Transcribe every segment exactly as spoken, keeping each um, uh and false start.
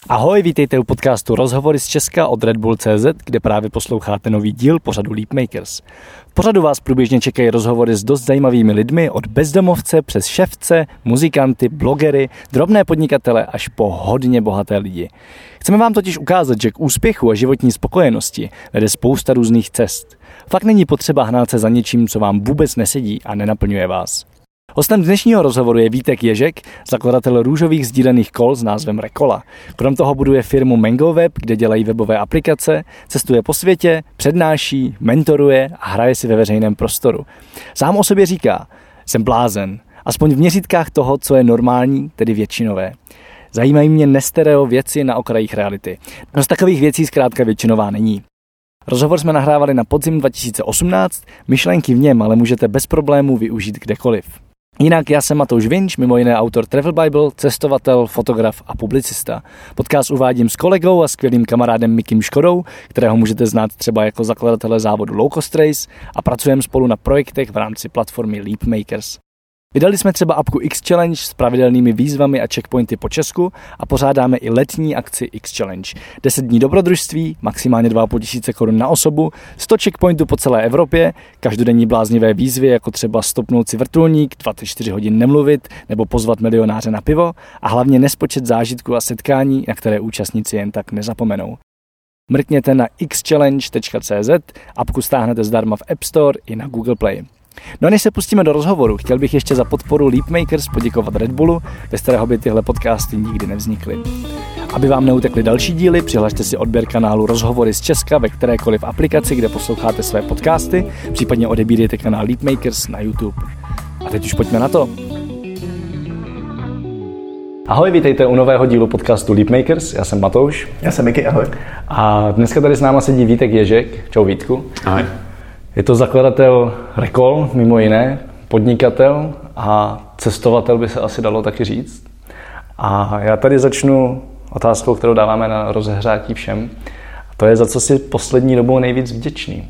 Ahoj, vítejte u podcastu Rozhovory z Česka od Red Bull tečka cé zet, kde právě posloucháte nový díl pořadu Leap Makers. V pořadu vás průběžně čekají rozhovory s dost zajímavými lidmi od bezdomovce přes ševce, muzikanty, blogery, drobné podnikatele až po hodně bohaté lidi. Chceme vám totiž ukázat, že k úspěchu a životní spokojenosti vede spousta různých cest. Fakt není potřeba hnát se za něčím, co vám vůbec nesedí a nenaplňuje vás. Hostem dnešního rozhovoru je Vítek Ježek, zakladatel růžových sdílených kol s názvem Rekola. Krom toho buduje firmu MangoWeb, kde dělají webové aplikace, cestuje po světě, přednáší, mentoruje a hraje si ve veřejném prostoru. Sám o sobě říká, jsem blázen, aspoň v měřítkách toho, co je normální, tedy většinové. Zajímají mě nestereo věci na okrajích reality. No z takových věcí zkrátka většinová není. Rozhovor jsme nahrávali na podzim dva tisíce osmnáct, myšlenky v něm ale můžete bez problémů využít kdekoliv. Jinak já jsem Matouš Vinč, mimo jiné autor Travel Bible, cestovatel, fotograf a publicista. Podcast uvádím s kolegou a skvělým kamarádem Mikim Škodou, kterého můžete znát třeba jako zakladatele závodu Low Cost Race, a pracujeme spolu na projektech v rámci platformy Leap Makers. Vydali jsme třeba apku X Challenge s pravidelnými výzvami a checkpointy po Česku a pořádáme i letní akci X Challenge. deset dní dobrodružství, maximálně dva a půl tisíce korun na osobu, sto checkpointů po celé Evropě, každodenní bláznivé výzvy, jako třeba stopnout si vrtulník, dvacet čtyři hodin nemluvit nebo pozvat milionáře na pivo a hlavně nespočet zážitků a setkání, na které účastníci jen tak nezapomenou. Mrkněte na x challenge tečka cé zet, apku stáhnete zdarma v App Store i na Google Play. No a než se pustíme do rozhovoru, chtěl bych ještě za podporu Leap Makers poděkovat Red Bullu, bez kterého by tyhle podcasty nikdy nevznikly. Aby vám neutekly další díly, přihlašte si odběr kanálu Rozhovory z Česka ve kterékoliv aplikaci, kde posloucháte své podcasty, případně odebírejte kanál Leap Makers na YouTube. A teď už pojďme na to. Ahoj, vítejte u nového dílu podcastu Leap Makers, já jsem Matouš. Já jsem Miky, ahoj. A dneska tady s náma sedí Vítek Ježek. Čau Vítku. Ahoj. Je to zakladatel Rekol, mimo jiné, podnikatel a cestovatel, by se asi dalo taky říct. A já tady začnu otázkou, kterou dáváme na rozehřátí všem. A to je, za co jsi poslední dobou nejvíc vděčný?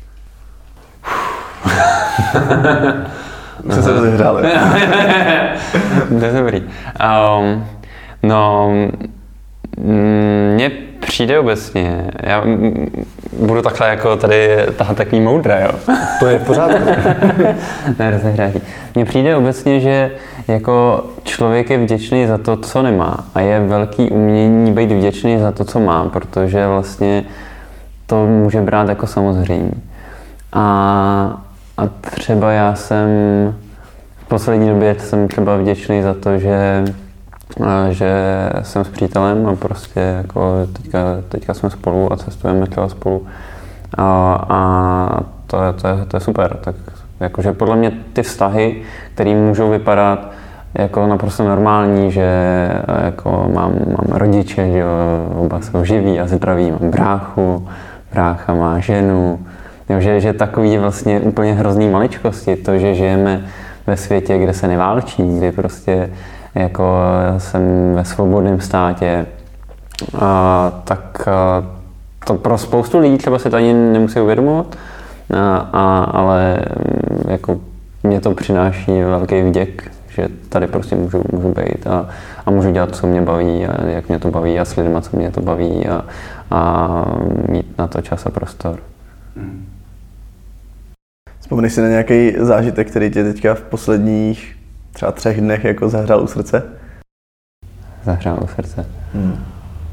Už jsme se rozehřáli. To je dobrý. Um, no, mně přijde obecně, já budu takhle jako tady tahat takový moudré, jo. To je v pořádku. Ne, rozehřátí. Mně přijde obecně, že jako člověk je vděčný za to, co nemá, a je velký umění být vděčný za to, co má, protože vlastně to může brát jako samozřejmě. A, a třeba já jsem v poslední době jsem třeba vděčný za to, že že jsem s přítelem a prostě jako teďka, teďka jsme spolu a cestujeme třeba spolu a, a to, je, to, je, to je super. Tak jakože podle mě ty vztahy, které můžou vypadat jako naprosto normální, že jako mám, mám rodiče, že jo, oba jsou živí a zdraví, mám bráchu, brácha má ženu, jo, že, že takový vlastně úplně hrozný maličkosti, to, že žijeme ve světě, kde se neválčí, kde prostě jako jsem ve svobodném státě, a, tak a, to pro spoustu lidí třeba se to ani nemusí uvědomovat, a, a, ale jako mě to přináší velký vděk, že tady prostě můžu, můžu být a, a můžu dělat, co mě baví a jak mě to baví a s lidma, co mě to baví a, a mít na to čas a prostor. Vzpomeneš si na nějaký zážitek, který tě teďka v posledních třeba třech dnech jako zahřál u srdce? Zahřál u srdce. Hmm.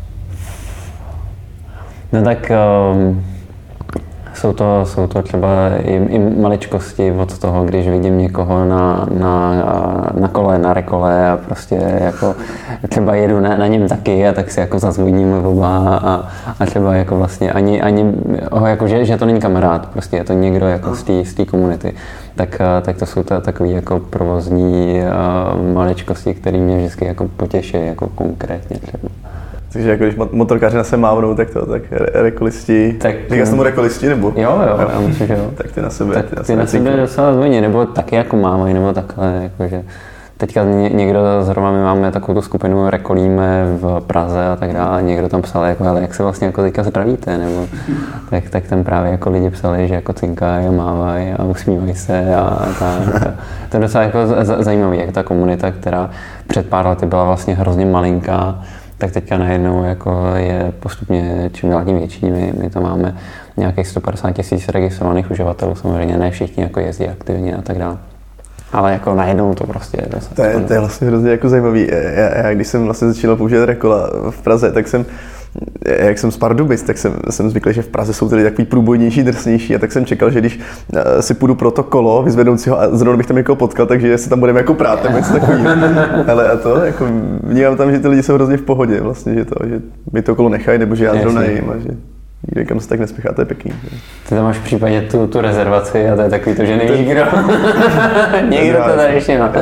No tak um, jsou, to, jsou to třeba i, i maličkosti od toho, když vidím někoho na, na, na kole, na rekole a prostě jako třeba jedu na, na něm taky a tak si jako zazvoníme oba a, a třeba jako vlastně ani, ani ho jako, že, že to není kamarád, prostě je to někdo jako z té komunity. Tak, tak to jsou to takové jako provozní uh, maličkosti, které mě vždycky jako potěší, jako konkrétně třeba. Takže jako když motorkáři na se mávnou, tak to, tak re- rekolisti, tak říkáš tomu rekolisti, nebo? Jo, jo, jo. Já myslím, že jo. Tak ty na sebe, tak ty na ty sebe, na sebe docela zvoní, nebo taky jako mávají, nebo takhle, jakože. Teďka někdo, zrovna my máme takovou tu skupinu, rekolíme v Praze a tak dále, někdo tam psal, jako, ale jak se vlastně jako teďka zdravíte, nebo tak, tak tam právě jako lidi psali, že jako cinkají a mávají a usmívají se a tak. To je docela jako zajímavé, jak ta komunita, která před pár lety byla vlastně hrozně malinká, tak teďka najednou jako je postupně čím dál tím větší. My, my to máme nějakých sto padesát tisíc registrovaných uživatelů, samozřejmě ne všichni jako jezdí aktivně a tak dále. Ale jako najednou to prostě je to je, to je vlastně hrozně jako zajímavý. Já, já, když jsem vlastně začínal používat Rekola v Praze, tak jsem, jak jsem z Pardubic, tak jsem, jsem zvyklý, že v Praze jsou tedy takový průbojnější, drsnější a tak jsem čekal, že když si půjdu pro to kolo vyzvedoucího a zrovna bych tam někoho potkal, takže se tam budeme jako prát nebo něco takového. Ale a to, jako vnímám tam, že ty lidi jsou hrozně v pohodě vlastně, že to, že mi to kolo nechají, nebo že já zrovna jim a že nikde kam se tak nespěchá, to je pěkný. Ty tam máš v případě tu, tu rezervaci a to je takový to, že nevíš kdo. Někdo to tady ještě má.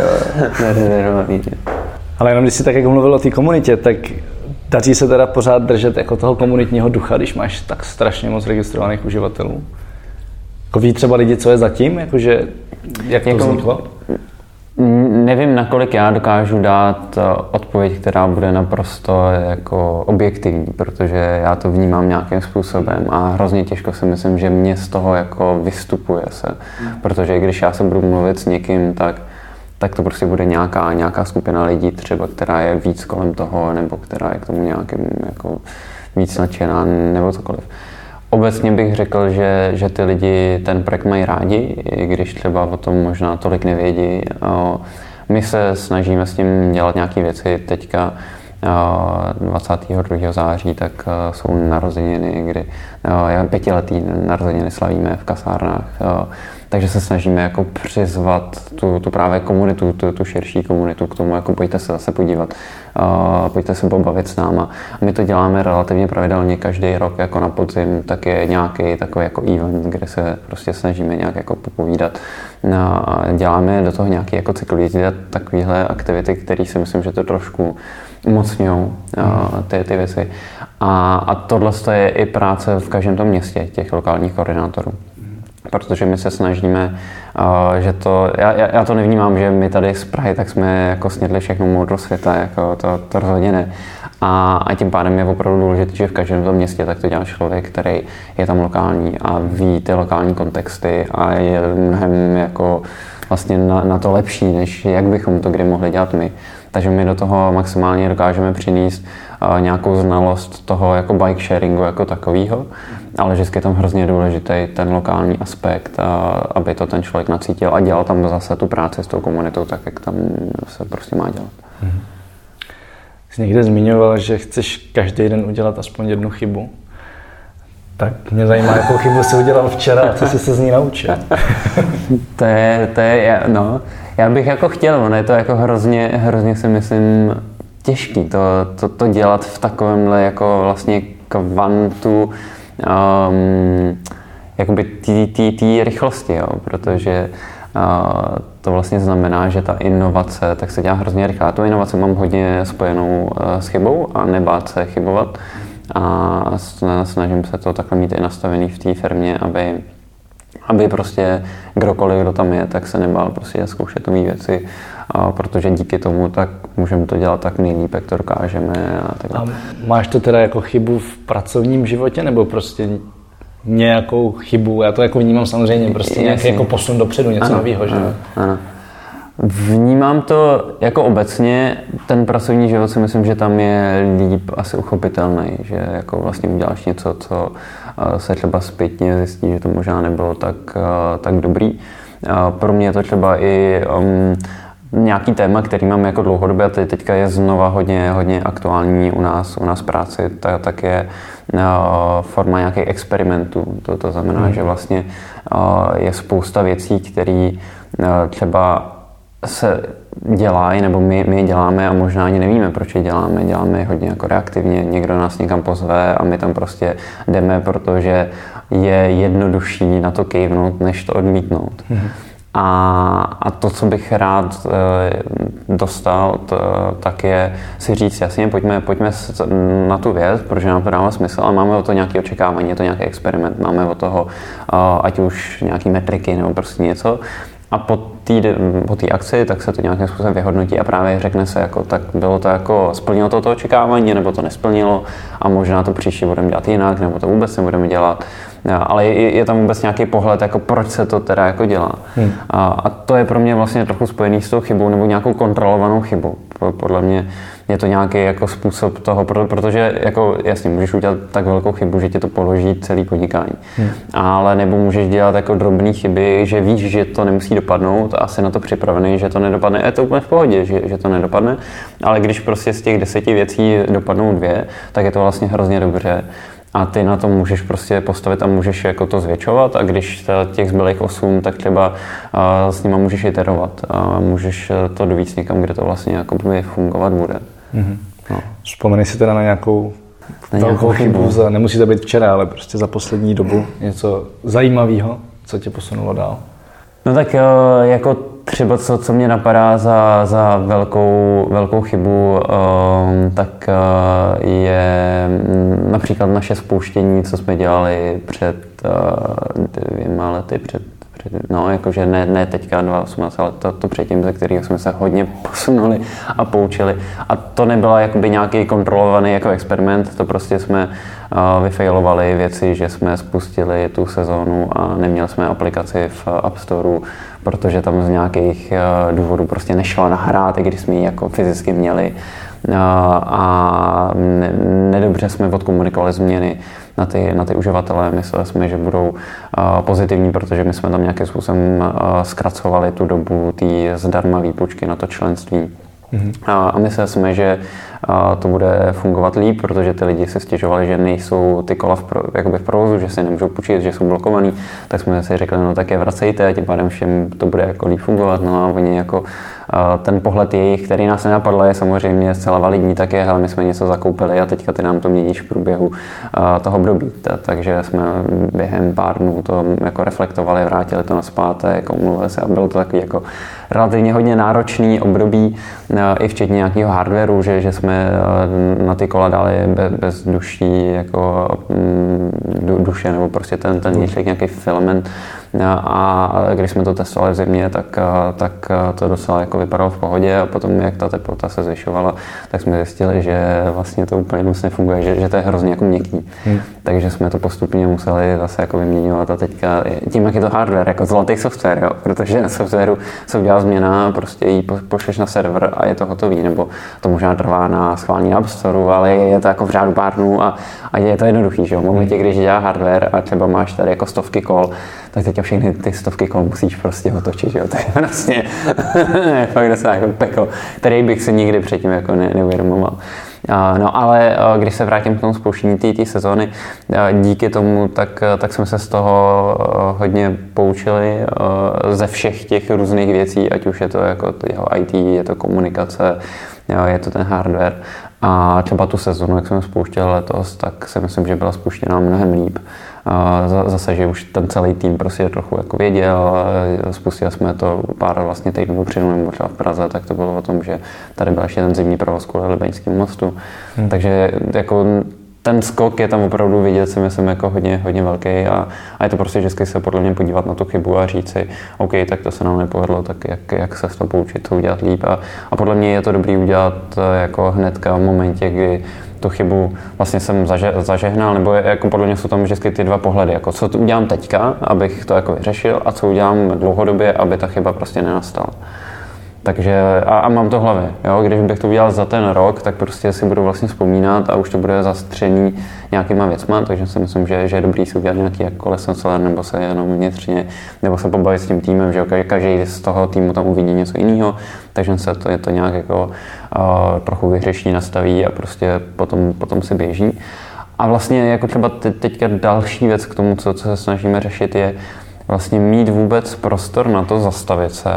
Ale jenom když jsi tak jako mluvil o té komunitě, tak daří se teda pořád držet jako toho komunitního ducha, když máš tak strašně moc registrovaných uživatelů? Jako ví třeba lidi, co je zatím? Jakože, jak to jako, vzniklo? Nevím, nakolik já dokážu dát odpověď, která bude naprosto jako objektivní, protože já to vnímám nějakým způsobem a hrozně těžko si myslím, že mě z toho jako vystupuje se. Protože když já se budu mluvit s někým, tak tak to prostě bude nějaká, nějaká skupina lidí třeba, která je víc kolem toho, nebo která je k tomu nějakým jako víc nadšená, nebo cokoliv. Obecně bych řekl, že, že ty lidi ten projekt mají rádi, i když třeba o tom možná tolik nevědí. My se snažíme s tím dělat nějaké věci. Teďka dvacátého druhého září tak jsou narozeniny, kdy pětiletý narozeniny slavíme v kasárnách. Takže se snažíme jako přizvat tu, tu právě komunitu, tu, tu širší komunitu k tomu, jako pojďte se zase podívat, uh, pojďte se pobavit s náma. A my to děláme relativně pravidelně každý rok, jako na podzim, tak je nějaký takový jako event, kde se prostě snažíme nějak jako popovídat. No, děláme do toho nějaký jako cyklidí, takovéhle aktivity, které si myslím, že to trošku umocňují uh, ty, ty věci. A, a tohle je i práce v každém tom městě, těch lokálních koordinátorů. Protože my se snažíme, že to, já, já to nevnímám, že my tady z Prahy tak jsme jako snědli všechno moudro světa, jako to, to rozhodně ne. A, a tím pádem je opravdu důležité, že v každém tom městě tak to dělá člověk, který je tam lokální a ví ty lokální kontexty a je mnohem jako vlastně na, na to lepší, než jak bychom to kdy mohli dělat my. Takže my do toho maximálně dokážeme přinést uh, nějakou znalost toho jako bike sharingu jako takového, ale vždycky je tam hrozně důležitý ten lokální aspekt, uh, aby to ten člověk nacítil a dělal tam zase tu práci s tou komunitou tak, jak tam se prostě má dělat. Mhm. Jsi někde zmiňoval, že chceš každý den udělat aspoň jednu chybu. Tak mě zajímá, jakou chybu jsi udělal včera a co jsi se z ní naučil. to je, to je, no, já bych jako chtěl, ono je to jako hrozně, hrozně si myslím těžký to, to, to dělat v takovémhle jako vlastně kvantu um, jakoby té rychlosti, jo, protože uh, to vlastně znamená, že ta inovace tak se dělá hrozně rychle. Tu inovaci mám hodně spojenou uh, s chybou a nebát se chybovat. A snažím se to takhle mít i nastavený v té firmě, aby, aby prostě kdokoliv, kdo tam je, tak se nebál prostě zkoušet nové věci, a protože díky tomu tak můžeme to dělat tak nejlíp, jak to dokážeme. A, tak. A máš to teda jako chybu v pracovním životě, nebo prostě nějakou chybu? Já to jako vnímám samozřejmě, prostě nějaký jako posun dopředu, něco nového, že? Ano, ano. Vnímám to jako obecně, ten pracovní život si myslím, že tam je líp asi uchopitelný, že jako vlastně uděláš něco, co se třeba zpětně zjistí, že to možná nebylo tak, tak dobrý. Pro mě je to třeba i um, nějaký téma, který mám jako dlouhodobě a teďka je znova hodně, hodně aktuální u nás, u nás v práci, tak, tak je uh, forma nějakých experimentů. To, to znamená, hmm. že vlastně uh, je spousta věcí, které uh, třeba se dělají, nebo my, my je děláme a možná ani nevíme, proč je děláme. Děláme je hodně jako reaktivně, někdo nás někam pozve a my tam prostě jdeme, protože je jednodušší na to kejvnout, než to odmítnout. Mm-hmm. A, a to, co bych rád e, dostal, to, tak je si říct jasně, pojďme, pojďme na tu věc, protože nám to dává smysl, ale máme o to nějaké očekávání, je to nějaký experiment, máme o toho, ať už nějaký metriky nebo prostě něco. A po té po té akci tak se to nějakým způsobem vyhodnotí a právě řekne se, jako, tak bylo to jako, splnilo to to očekávání, nebo to nesplnilo a možná to příště budeme dělat jinak, nebo to vůbec nebudeme dělat. Ale je, je tam vůbec nějaký pohled, jako proč se to teda jako dělá. Hmm. A, a to je pro mě vlastně trochu spojený s tou chybou nebo nějakou kontrolovanou chybou, podle mě je to nějaký jako způsob toho, protože jako jasně můžeš udělat tak velkou chybu, že ti to položí celý podnikání. Hmm. Ale nebo můžeš dělat jako drobné chyby, že víš, že to nemusí dopadnout a jsi na to připravený, že to nedopadne. Je to úplně v pohodě, že, že to nedopadne, ale když prostě z těch deseti věcí dopadnou dvě, tak je to vlastně hrozně dobře. A ty na to můžeš prostě postavit a můžeš jako to zvětšovat a když těch zbylých osm, tak třeba uh, s nima můžeš iterovat a můžeš to dovíct někam, kde to vlastně jako fungovat bude. Mm-hmm. No. Vzpomeneš si teda na nějakou na velkou chybu, za, nemusí to být včera, ale prostě za poslední dobu něco zajímavého, co tě posunulo dál? No tak uh, jako třeba co, co mě napadá za, za velkou, velkou chybu, um, tak uh, je například naše spouštění, co jsme dělali před uh, dvěma lety, před, před, no jakože ne, ne teďka dva tisíce osmnáct, ale to, to předtím, ze kterého jsme se hodně posunuli a poučili. A to nebyla jakoby nějaký kontrolovaný jako experiment, to prostě jsme uh, vyfailovali věci, že jsme spustili tu sezónu a neměli jsme aplikaci v App Storeu, protože tam z nějakých uh, důvodů prostě nešla nahrát, i když jsme ji jako fyzicky měli. Uh, a ne, nedobře jsme odkomunikovali změny na ty, na ty uživatele. Mysleli jsme, že budou uh, pozitivní, protože my jsme tam nějakým způsobem uh, zkracovali tu dobu té zdarma výpočky na to členství. Mm-hmm. Uh, a mysleli jsme, že uh, to bude fungovat líp, protože ty lidi se stěžovali, že nejsou ty kola v, pro, jakoby v provozu, že si nemůžou půjčit, že jsou blokovaný. Tak jsme si řekli, no tak je vracejte a tím pádem všem to bude jako líp fungovat. No a oni jako ten pohled jejich, který nás nenapadl, je samozřejmě zcela validní, tak je, hele, my jsme něco zakoupili a teďka ty nám to měníš v průběhu toho období. Takže jsme během pár dnů to jako reflektovali, vrátili to nazpátek, omluvili se a bylo to takový jako relativně hodně náročný období, i včetně nějakého hardwareu, že, že jsme na ty kola dali bez, bez duší jako duše nebo prostě ten, ten nějaký filament. A když jsme to testovali v zimě, tak, tak to docela jako vypadalo v pohodě a potom, jak ta teplota se zvyšovala, tak jsme zjistili, že vlastně to úplně moc nefunguje, že, že to je hrozně jako měkký. Hmm. Takže jsme to postupně museli zase jako vyměňovat a teďka tím, jak je to hardware, jako zlatý software, jo, protože na softwaru se udělá změna, prostě ji pošleš na server a je to hotový, nebo to možná trvá na schválení App Storeu, ale je to jako v řádu pár dnů a, a je to jednoduchý, že jo. V momentě, když dělá hardware a třeba máš tady jako stovky kol, tak teďka všechny ty stovky kol musíš prostě otočit, že jo. To je vlastně fakt docela jako peklo, který bych si nikdy předtím jako ne, neuvědomoval. Uh, no ale uh, když se vrátím k tomu spouštění té sezóny, uh, díky tomu, tak, tak jsme se z toho uh, hodně poučili uh, ze všech těch různých věcí, ať už je to jako jeho í té, je to komunikace, uh, je to ten hardware. A třeba tu sezonu, jak jsme spouštěli letos, tak si myslím, že byla spuštěná mnohem líp. Zase, že už ten celý tým prostě trochu jako věděl, spustili jsme to pár vlastně týdnů předtím, nebo třeba v Praze, tak to bylo o tom, že tady byl ještě ten zimní provoz kvůli Libeňskému mostu. Hmm. Takže jako ten skok je tam opravdu vidět, si myslím, jako hodně, hodně velký a, a je to prostě vždycky se podle mě podívat na tu chybu a říct si, OK, tak to se nám nepovedlo, tak jak, jak se z toho poučit, co udělat líp a, a podle mě je to dobrý udělat jako hnedka v momentě, kdy tu chybu vlastně jsem zaže, zažehnal, nebo jako podle mě jsou tam vždycky ty dva pohledy, jako co to udělám teďka, abych to jako vyřešil a co udělám dlouhodobě, aby ta chyba prostě nenastala. Takže a, a mám to v hlavě, jo? Když bych to udělal za ten rok, tak prostě si budu vlastně vzpomínat a už to bude zastřený nějakýma věcma, takže si myslím, že, že je dobrý si udělat nějaký jako lesson learn, nebo se jenom vnitřně, nebo se pobavit s tím týmem, že každý z toho týmu tam uvidí něco jiného, takže se to, je to nějak jako uh, trochu vyřeší, nastaví a prostě potom, potom si běží. A vlastně jako třeba te, teďka další věc k tomu, co, co se snažíme řešit, je vlastně mít vůbec prostor na to zastavit se,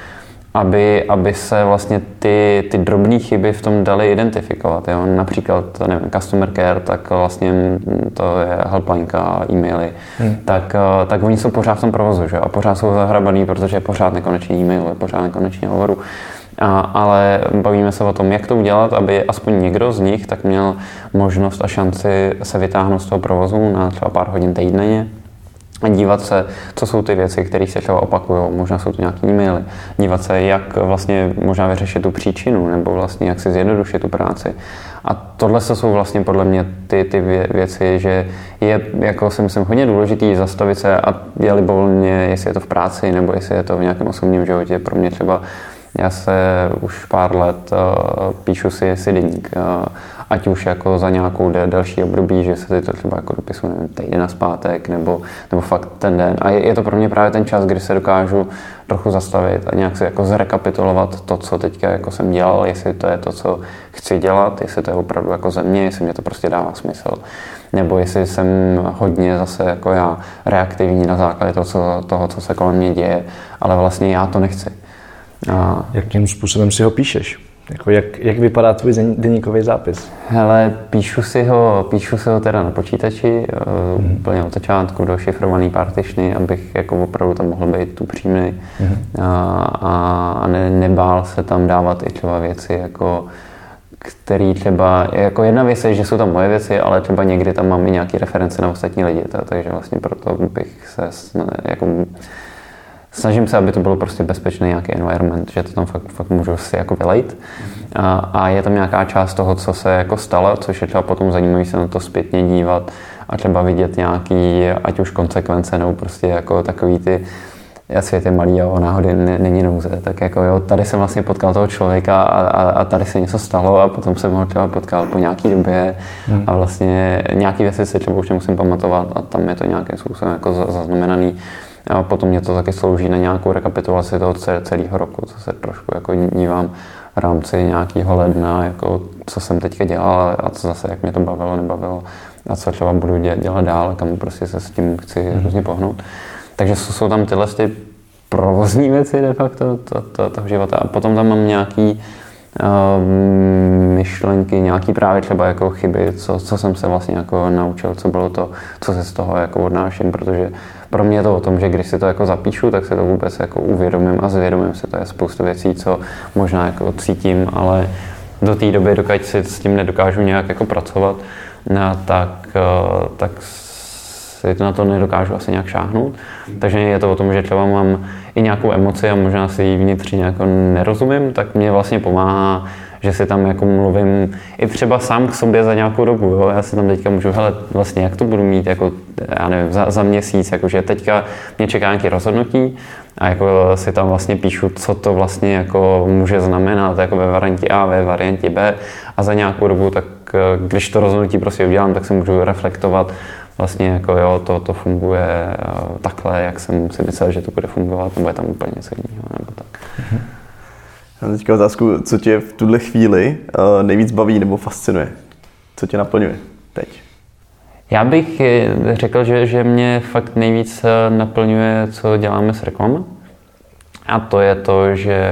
Aby, aby se vlastně ty, ty drobné chyby v tom daly identifikovat. Jo? Například, nevím, customer care, tak vlastně to je helplineka, e-maily, hmm. tak, tak oni jsou pořád v tom provozu, že? A pořád jsou zahrabaný, protože je pořád nekonečný e-mail, je pořád nekonečný hovoru. A, ale bavíme se o tom, jak to udělat, aby aspoň někdo z nich tak měl možnost a šanci se vytáhnout z toho provozu na třeba pár hodin týdně. A dívat se, co jsou ty věci, které se třeba opakují, možná jsou to nějaké e-maily, dívat se, jak vlastně možná vyřešit tu příčinu, nebo vlastně jak si zjednodušit tu práci. A tohle jsou vlastně podle mě ty, ty věci, že je, jako si myslím, hodně důležitý zastavit se a je libovolně, jestli je to v práci, nebo jestli je to v nějakém osobním životě. Pro mě třeba Já se už pár let uh, píšu si, si deník, uh, ať už jako za nějakou del, delší období, že se to třeba jako dopisuju nevím, týden nazpátek nebo, nebo fakt ten den. A je, je to pro mě právě ten čas, kdy se dokážu trochu zastavit a nějak si jako zrekapitulovat to, co teďka jako jsem dělal, jestli to je to, co chci dělat, jestli to je opravdu jako ze mě, jestli mě to prostě dává smysl. Nebo jestli jsem hodně zase jako já reaktivní na základě toho, co, toho, co se kolem mě děje, ale vlastně já to nechci. A... Jakým způsobem si ho píšeš? Jako jak, jak vypadá tvůj deníkový zápis? Hele, píšu si ho, píšu si ho teda na počítači, mm. úplně od začátku do šifrovaný partitiony, abych jako opravdu tam mohl být upřímný mm. a, a ne, nebál se tam dávat i třeba věci jako který třeba, jako jedna věc je, že jsou tam moje věci, ale třeba někdy tam mám i nějaké reference na ostatní lidi, to, takže vlastně proto bych se jako snažím se, aby to bylo prostě bezpečný nějaký environment, že to tam fakt, fakt můžu si jako vylejt. A, a je tam nějaká část toho, co se jako stalo, což je třeba potom zajímavý se na to zpětně dívat a třeba vidět nějaký, ať už konsekvence, nebo prostě jako takový ty svět je malý a o náhody není nouze. Tak jako jo, tady jsem vlastně potkal toho člověka a, a, a tady se něco stalo a potom jsem ho třeba potkal po nějaký době hmm. a vlastně nějaký věci si třeba už nemusím pamatovat a tam je to nějakým způsobem jako zaznamenaný. A potom mě to taky slouží na nějakou rekapitulaci toho celého roku, co se trošku jako dívám v rámci nějakého ledna, jako co jsem teďka dělal a co zase, jak mě to bavilo, nebavilo a co třeba budu dělat dál, kam prostě se s tím chci hmm. hrozně pohnout. Takže jsou tam tyhle ty provozní věci de facto to, to, toho života. A potom tam mám nějaký uh, myšlenky, nějaký právě třeba jako chyby, co, co jsem se vlastně jako naučil, co bylo to, co se z toho jako odnáším, protože pro mě je to o tom, že když si to jako zapíšu, tak se to vůbec jako uvědomím a zvědomím si, to je spoustu věcí, co možná jako cítím, ale do té doby, dokud si s tím nedokážu nějak jako pracovat, no, tak, uh, tak si na to nedokážu asi nějak šáhnout. Takže je to o tom, že třeba mám i nějakou emoci a možná si ji vnitřně jako nerozumím, tak mě vlastně pomáhá, že si tam jako mluvím i třeba sám k sobě za nějakou dobu. Jo? Já si tam teďka můžu, hele, vlastně jak to budu mít jako, já nevím, za, za měsíc, jakože teďka mě čeká nějaké rozhodnutí a jako si tam vlastně píšu, co to vlastně jako může znamenat jako ve variantě A, ve variantě B a za nějakou dobu, tak když to rozhodnutí prostě udělám, tak se můžu reflektovat vlastně jako jo, to, to funguje takhle, jak jsem si myslel, že to bude fungovat, nebo je tam úplně něco jiného, nebo tak. Mhm. Mám teďka otázku, co tě v tuhle chvíli nejvíc baví nebo fascinuje? Co tě naplňuje teď? Já bych řekl, že, že mě fakt nejvíc naplňuje, co děláme s reklamou. A to je to, že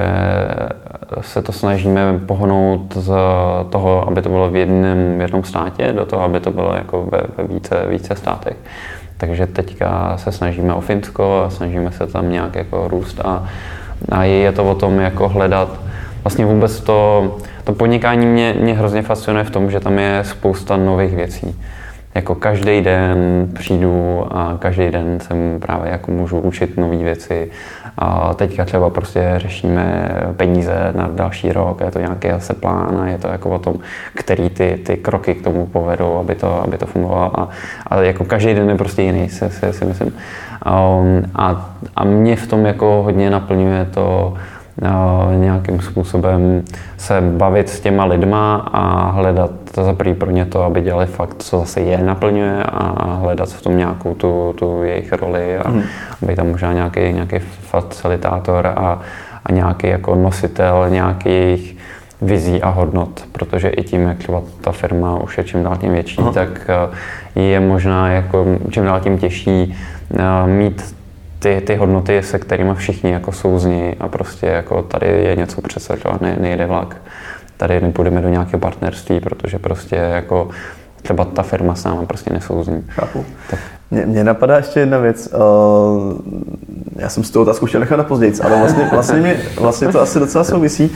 se to snažíme pohnout z toho, aby to bylo v jednom, v jednom státě, do toho, aby to bylo jako ve, ve více, více státech. Takže teďka se snažíme o Finsko a snažíme se tam nějak jako růst a, a je to o tom jako hledat vlastně vůbec to, to podnikání mě, mě hrozně fascinuje v tom, že tam je spousta nových věcí. Jako každý den přijdu a každý den se právě jako můžu učit nové věci. A teďka třeba prostě řešíme peníze na další rok, je to nějaký zase plán a je to jako o tom, který ty, ty kroky k tomu povedou, aby to, aby to fungovalo. A, a jako každý den je prostě jiný, si, si, si myslím. Um, a, a mě v tom jako hodně naplňuje to, Uh, nějakým způsobem se bavit s těma lidma a hledat za první pro ně to, aby dělali fakt, co zase je naplňuje a hledat v tom nějakou tu, tu jejich roli a mm. aby tam možná nějaký, nějaký facilitátor a, a nějaký jako nositel nějakých vizí a hodnot, protože i tím, jak třeba ta firma už je čím dál tím větší, Aha. tak uh, je možná jako čím dál tím těžší uh, mít Ty, ty hodnoty, se kterými všichni jako souzní a prostě jako tady je něco přece, ne, nejde vlak. Tady nepůjdeme do nějakého partnerství, protože prostě jako třeba ta firma s náma prostě nesouzní. Chápu. Tak. Mě, mě napadá ještě jedna věc. Uh, já jsem si tu otázku chtěl nechat na později, ale vlastně, vlastně, mě, vlastně to asi docela souvisí.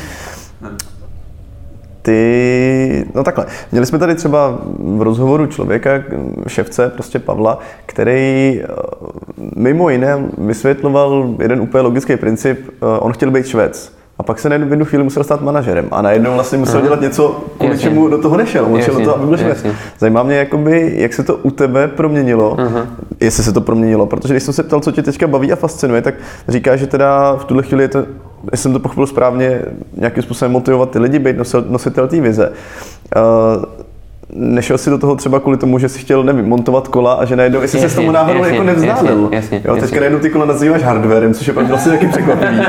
Ty, no takhle, měli jsme tady třeba v rozhovoru člověka, šéfce, prostě Pavla, který mimo jiné vysvětloval jeden úplně logický princip, on chtěl být Švéd. A pak se v jednu chvíli musel stát manažerem a najednou vlastně musel dělat něco, kvůli Jasně. čemu do toho nešel. On šel do toho, aby byl Švéd. Zajímá mě, jakoby, jak se to u tebe proměnilo, uh-huh. jestli se to proměnilo, protože když jsem se ptal, co tě teďka baví a fascinuje, tak říká, že teda v tuhle chvíli je to jestli jsem to pochopil správně, nějakým způsobem motivovat ty lidi, být nositel, nositel té vize. Uh, Nešel si do toho třeba kvůli tomu, že si chtěl, nevím, montovat kola a že najednou, jestli se s tomu náhodou jako nevzdálil. Jasně, jo, teďka najednou ty kola nazýváš hardwarem, což je pak vlastně taky překvapivý.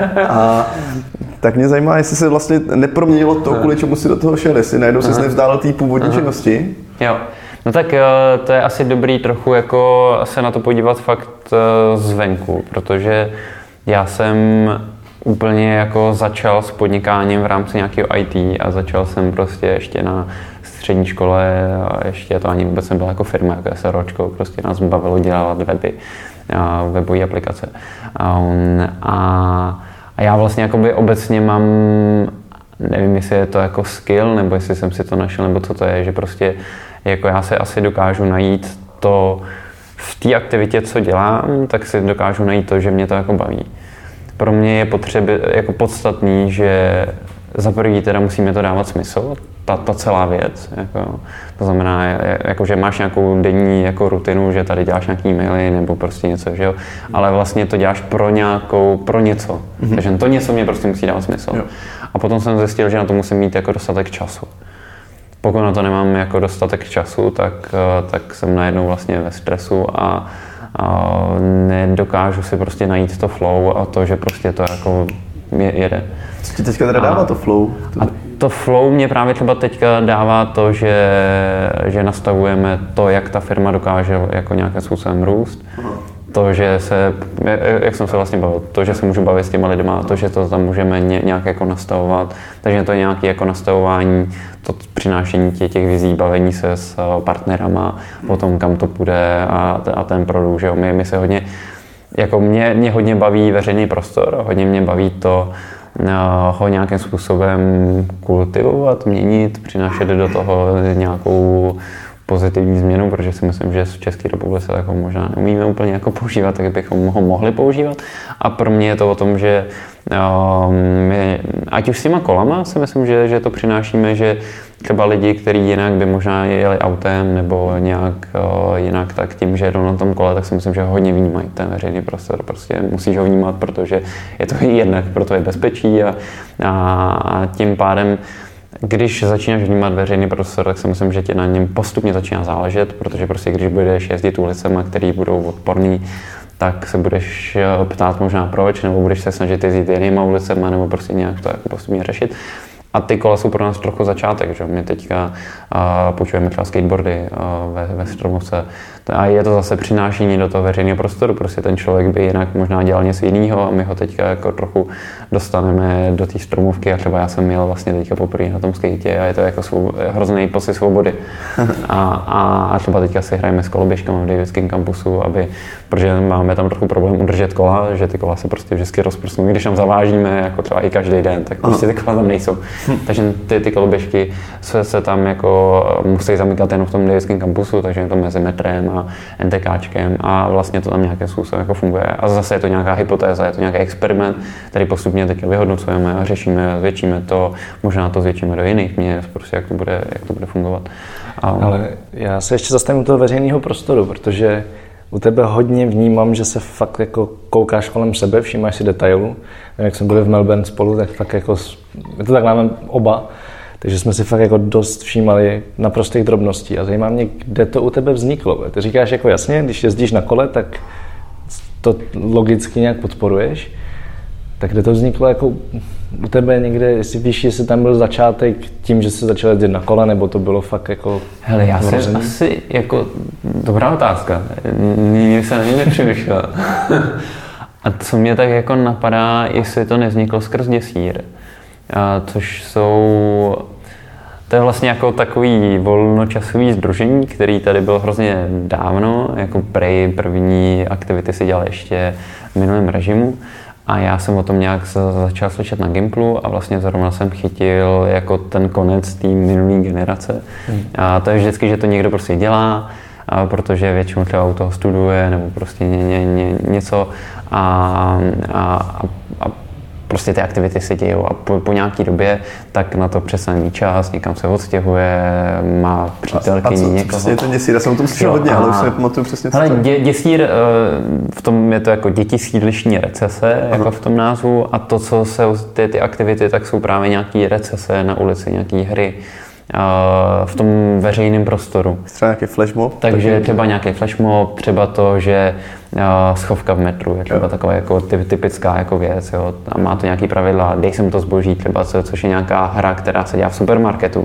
A tak mě zajímá, jestli se vlastně neproměnilo to, kvůli čemu si do toho šel, jestli najednou se nevzdálil té původní Aha. činnosti. Jo. No tak to je asi dobrý trochu jako se na to podívat fakt zvenku, protože já jsem úplně jako začal s podnikáním v rámci nějakého í té a začal jsem prostě ještě na střední škole a ještě to ani vůbec nebyla jako firma, jako SROčko, prostě nás bavilo dělat weby, a webové aplikace. A, a, a já vlastně jakoby obecně mám, nevím, jestli je to jako skill, nebo jestli jsem si to našel, nebo co to je, že prostě jako já se asi dokážu najít to v té aktivitě, co dělám, tak si dokážu najít to, že mě to jako baví. Pro mě je potřeby, jako podstatný, že za první teda musíme to dávat smysl, ta, ta celá věc. Jako, to znamená, jako, že máš nějakou denní jako rutinu, že tady děláš nějaký e-maily nebo prostě něco, že jo? Ale vlastně to děláš pro nějakou, pro něco. Mm-hmm. Takže to něco mě prostě musí dávat smysl. Jo. A potom jsem zjistil, že na to musím mít jako dostatek času. Pokud na to nemám jako dostatek času, tak, tak jsem najednou vlastně ve stresu a, a nedokážu si prostě najít to flow a to, že prostě to jako jede. Co ti teďka teda dává to flow? A to flow mě právě třeba teďka dává to, že, že nastavujeme to, jak ta firma dokáže jako nějakým způsobem růst. Aha. To, že se, jak jsem se vlastně bavil, to, že se můžu bavit s těma lidma, to, že to tam můžeme nějak jako nastavovat, takže to je nějaké jako nastavování, to přinášení těch, těch vizí, bavení se s partnerama, potom kam to půjde a, a ten produkt, že jo, my, my se hodně, jako mě, mě hodně baví veřejný prostor, hodně mě baví to, ho nějakým způsobem kultivovat, měnit, přinášet do toho nějakou pozitivní změnu, protože si myslím, že v České republice jako možná neumíme úplně jako používat, tak bychom ho mohli používat. A pro mě je to o tom, že um, my, ať už s těma kolama si myslím, že, že to přinášíme, že třeba lidi, kteří jinak by možná jeli autem nebo nějak uh, jinak, tak tím, že jedou na tom kole, tak si myslím, že hodně vnímají ten veřejný prostor. Prostě musíš ho vnímat, protože je to jednak pro to je bezpečí a, a tím pádem když začínáš vnímat veřejný prostor, tak si myslím, že tě na něm postupně začíná záležet, protože prostě když budeš jezdit ulicema, které budou odporný, tak se budeš ptát možná proč, nebo budeš se snažit jezdit jinýma ulicema, nebo prostě nějak to jako postupně řešit. A ty kola jsou pro nás trochu začátek, že my teďka uh, počujeme třeba skateboardy uh, ve, ve Stromovce a je to zase přinášení do toho veřejného prostoru, prostě ten člověk by jinak možná dělal něco jiného a my ho teďka jako trochu dostaneme do té Stromovky a třeba já jsem měl vlastně teďka poprvé na tom skatě a je to jako svou, hrozný pocit svobody. A, a, a třeba teďka si hrajeme s koloběžkami v Davidském kampusu, aby, protože máme tam trochu problém udržet kola, že ty kola se prostě vždycky rozprstnou, když tam zavážíme jako třeba i každý den, tak prostě ty kola tam nejsou. Hmm. Takže ty, ty koloběžky se, se tam jako musí zamykat jenom v tom Davidském kampusu, takže je to mezi metrem a NTKčkem a vlastně to tam nějakým způsobem jako funguje. A zase je to nějaká hypotéza, je to nějaký experiment, který postupně teď vyhodnocujeme a řešíme, zvětšíme to, možná to zvětšíme do jiných měst, prostě jak to bude, jak to bude fungovat. A... Ale já se ještě zastavím u toho veřejného prostoru, protože u tebe hodně vnímám, že se fakt jako koukáš kolem sebe, všímáš si detailů. Jak jsme byli v Melbourne spolu, tak fakt jako, my to tak máme oba, takže jsme si fakt jako dost všímali naprostých drobností a zajímá mě, kde to u tebe vzniklo. Ty říkáš jako jasně, když jezdíš na kole, tak to logicky nějak podporuješ, tak kde to vzniklo jako u tebe někde, jestli víš, jestli tam byl začátek tím, že jsi začal jezdit na kole, nebo to bylo fakt jako hele, já jsem asi jako, dobrá otázka, nikdy se na ní nepřemýšlel. A co mě tak jako napadá, jestli to nevzniklo skrz Děsír, a což jsou, to je vlastně jako takový volnočasový sdružení, který tady byl hrozně dávno, jako prej první aktivity si dělal ještě v minulém režimu. A já jsem o tom nějak začal slyšet na Gimplu a vlastně zrovna jsem chytil jako ten konec té minulé generace. Hmm. A to je vždycky, že to někdo prostě dělá, a protože většinou třeba u toho studuje nebo prostě ně, ně, ně, něco a, a, a prostě ty aktivity se dějou a po, po nějaký době tak na to přestane mít čas, někam se odstěhuje, má přítelkyni, někoho. Přesně ten děsír, já jsem o tom slyšel hodně, ale už si nepamatuju přesně co. Ale dě, děsír, v tom je to jako děti sídlištní recese, Aha. jako v tom názvu, a to, co se ty, ty aktivity, tak jsou právě nějaký recese na ulici, nějaký hry v tom veřejném prostoru. Třeba nějaký flashmob? Takže třeba nějaký flashmob, třeba to, že schovka v metru je třeba jo. taková jako typická jako věc, jo. A má to nějaký pravidla, dej sem to zboží třeba, co, což je nějaká hra, která se dělá v supermarketu.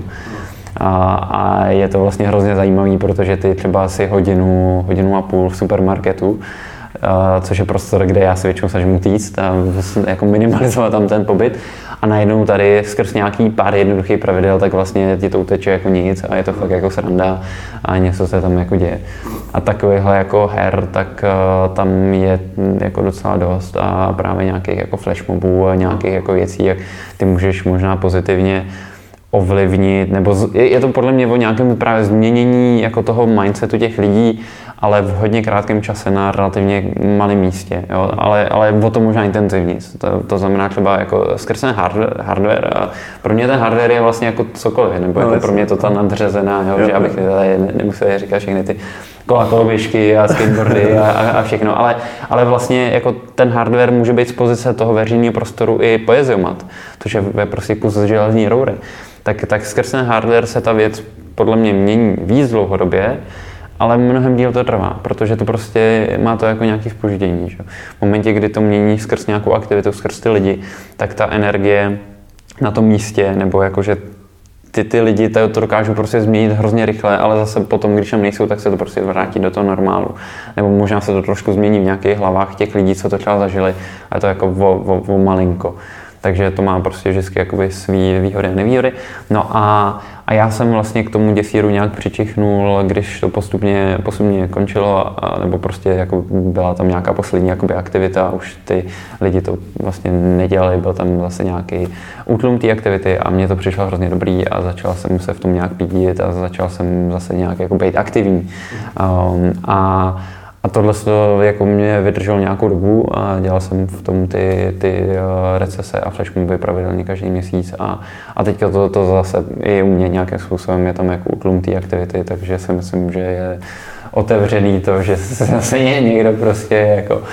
A, a je to vlastně hrozně zajímavý, protože ty třeba asi hodinu, hodinu a půl v supermarketu, uh, což je prostor, kde já se většinou snažím utíct a jako minimalizovat tam ten pobyt. A najednou tady skrz nějaký pár jednoduchých pravidel, tak vlastně ti to uteče jako nic a je to fakt jako sranda a něco se tam jako děje. A takovýchhle jako her, tak uh, tam je jako docela dost a právě nějakých jako flashmobů a nějakých jako věcí, jak ty můžeš možná pozitivně ovlivnit, nebo z, je, je to podle mě o nějakém právě změnění jako toho mindsetu těch lidí, ale v hodně krátkém čase na relativně malém místě, jo? Ale, ale o to možná intenzivní. To, to znamená třeba jako skrz ten hardware, hardware a pro mě ten hardware je vlastně jako cokoliv, nebo no, jako pro mě to ta nadřazená, jo? Jo, že abych tady ne, nemusel říkat všechny ty kola, koloběžky a skateboardy a, a všechno, ale, ale vlastně jako ten hardware může být z pozice toho veřejného prostoru i poeziomat, což je prostě kus železní roury. Tak, tak skrz ten hardware se ta věc podle mě mění víc dlouhodobě, ale mnohem díl to trvá, protože to prostě má to jako nějaký zpoždění. Že? V momentě, kdy to mění skrz nějakou aktivitu, skrz ty lidi, tak ta energie na tom místě, nebo jakože ty, ty lidi to, to dokážou prostě změnit hrozně rychle, ale zase potom, když tam nejsou, tak se to prostě vrátí do toho normálu. Nebo možná se to trošku změní v nějakých hlavách těch lidí, co to třeba zažili, ale to jako o, o, o malinko. Takže to má prostě vždycky jakoby svý výhody a nevýhody. No a, a já jsem vlastně k tomu děsíru nějak přičichnul, když to postupně, postupně končilo, a, nebo prostě jako byla tam nějaká poslední jakoby aktivita, už ty lidi to vlastně nedělali, byl tam zase nějaký útlum té aktivity a mně to přišlo hrozně dobrý a začal jsem se v tom nějak pídit a začal jsem zase nějak jako být aktivní. Um, a A tohle to jako mě vydrželo nějakou dobu a dělal jsem v tom ty, ty recese a flashmoby pravidelně každý měsíc a, a teďka to, to zase i u mě nějakým způsobem je tam jako útlum té aktivity, takže si myslím, že je otevřený to, že se zase někdo prostě jako uh,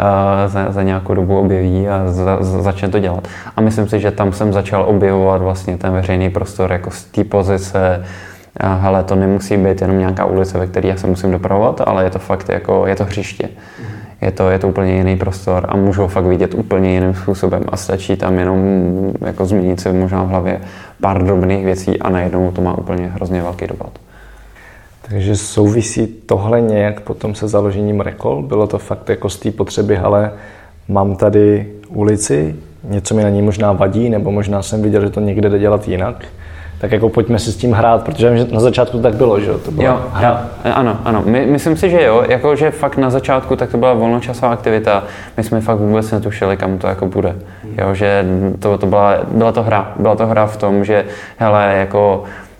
za, za nějakou dobu objeví a za, za, začne to dělat. A myslím si, že tam jsem začal objevovat vlastně ten veřejný prostor jako z té pozice. A hele, to nemusí být jenom nějaká ulice, ve které já se musím dopravovat, ale je to fakt jako, je to hřiště. Je to, je to úplně jiný prostor a můžu ho fakt vidět úplně jiným způsobem a stačí tam jenom jako změnit si možná v hlavě pár drobných věcí a najednou to má úplně hrozně velký dopad. Takže souvisí tohle nějak potom se založením Rekol? Bylo to fakt jako z té potřeby, ale mám tady ulici, něco mi na ní možná vadí, nebo možná jsem viděl, že to někde jde dělat jinak? Tak jako pojďme si s tím hrát, protože na začátku to tak bylo, že jo? To jo, jo, ano, ano. My, myslím si, že jo, jako, že fakt na začátku tak to byla volnočasová aktivita. My jsme fakt vůbec netušili, kam to jako bude. Jo, že to, to byla, byla to hra. Byla to hra v tom, že hele, jako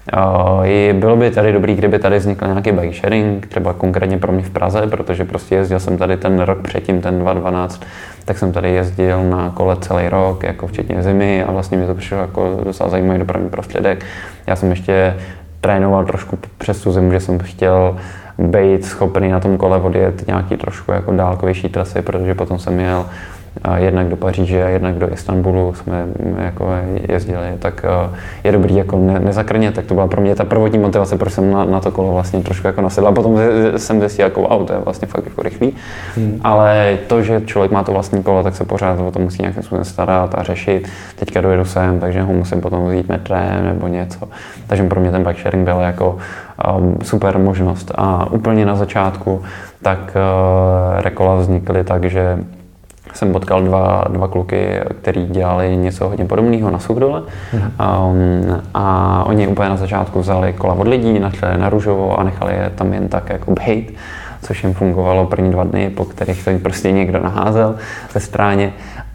Uh, bylo by tady dobrý, kdyby tady vznikl nějaký bike sharing, třeba konkrétně pro mě v Praze, protože prostě jezdil jsem tady ten rok předtím, ten dva tisíce dvanáct, tak jsem tady jezdil na kole celý rok, jako včetně zimy a vlastně mi to přišlo jako docela zajímavý dopravní prostředek. Já jsem ještě trénoval trošku přes tu zimu, že jsem chtěl být schopný na tom kole odjet nějaký trošku jako dálkovější trasy, protože potom jsem jel jednak do Paříže a jednak do Istanbulu jsme jako jezdili, tak je dobrý jako ne, nezakrnět, tak to byla pro mě ta prvotní motivace, proč jsem na, na to kolo vlastně trošku jako nasedl a potom jsem zjistil jako wow, to je vlastně fakt jako rychlý, hmm. ale to, že člověk má to vlastní kolo, tak se pořád o to musí nějakým způsobem starat a řešit. Teďka dojedu sem, takže ho musím potom vzít metrem nebo něco, takže pro mě ten bike sharing byl jako um, super možnost a úplně na začátku tak uh, Rekola vznikly tak, že jsem potkal dva, dva kluky, kteří dělali něco hodně podobného na Suchdole. Mm. Um, a oni úplně na začátku vzali kola od lidí, našli na růžovo a nechali je tam jen tak jako bejt, což jim fungovalo první dva dny, po kterých to prostě někdo naházel ve stráně.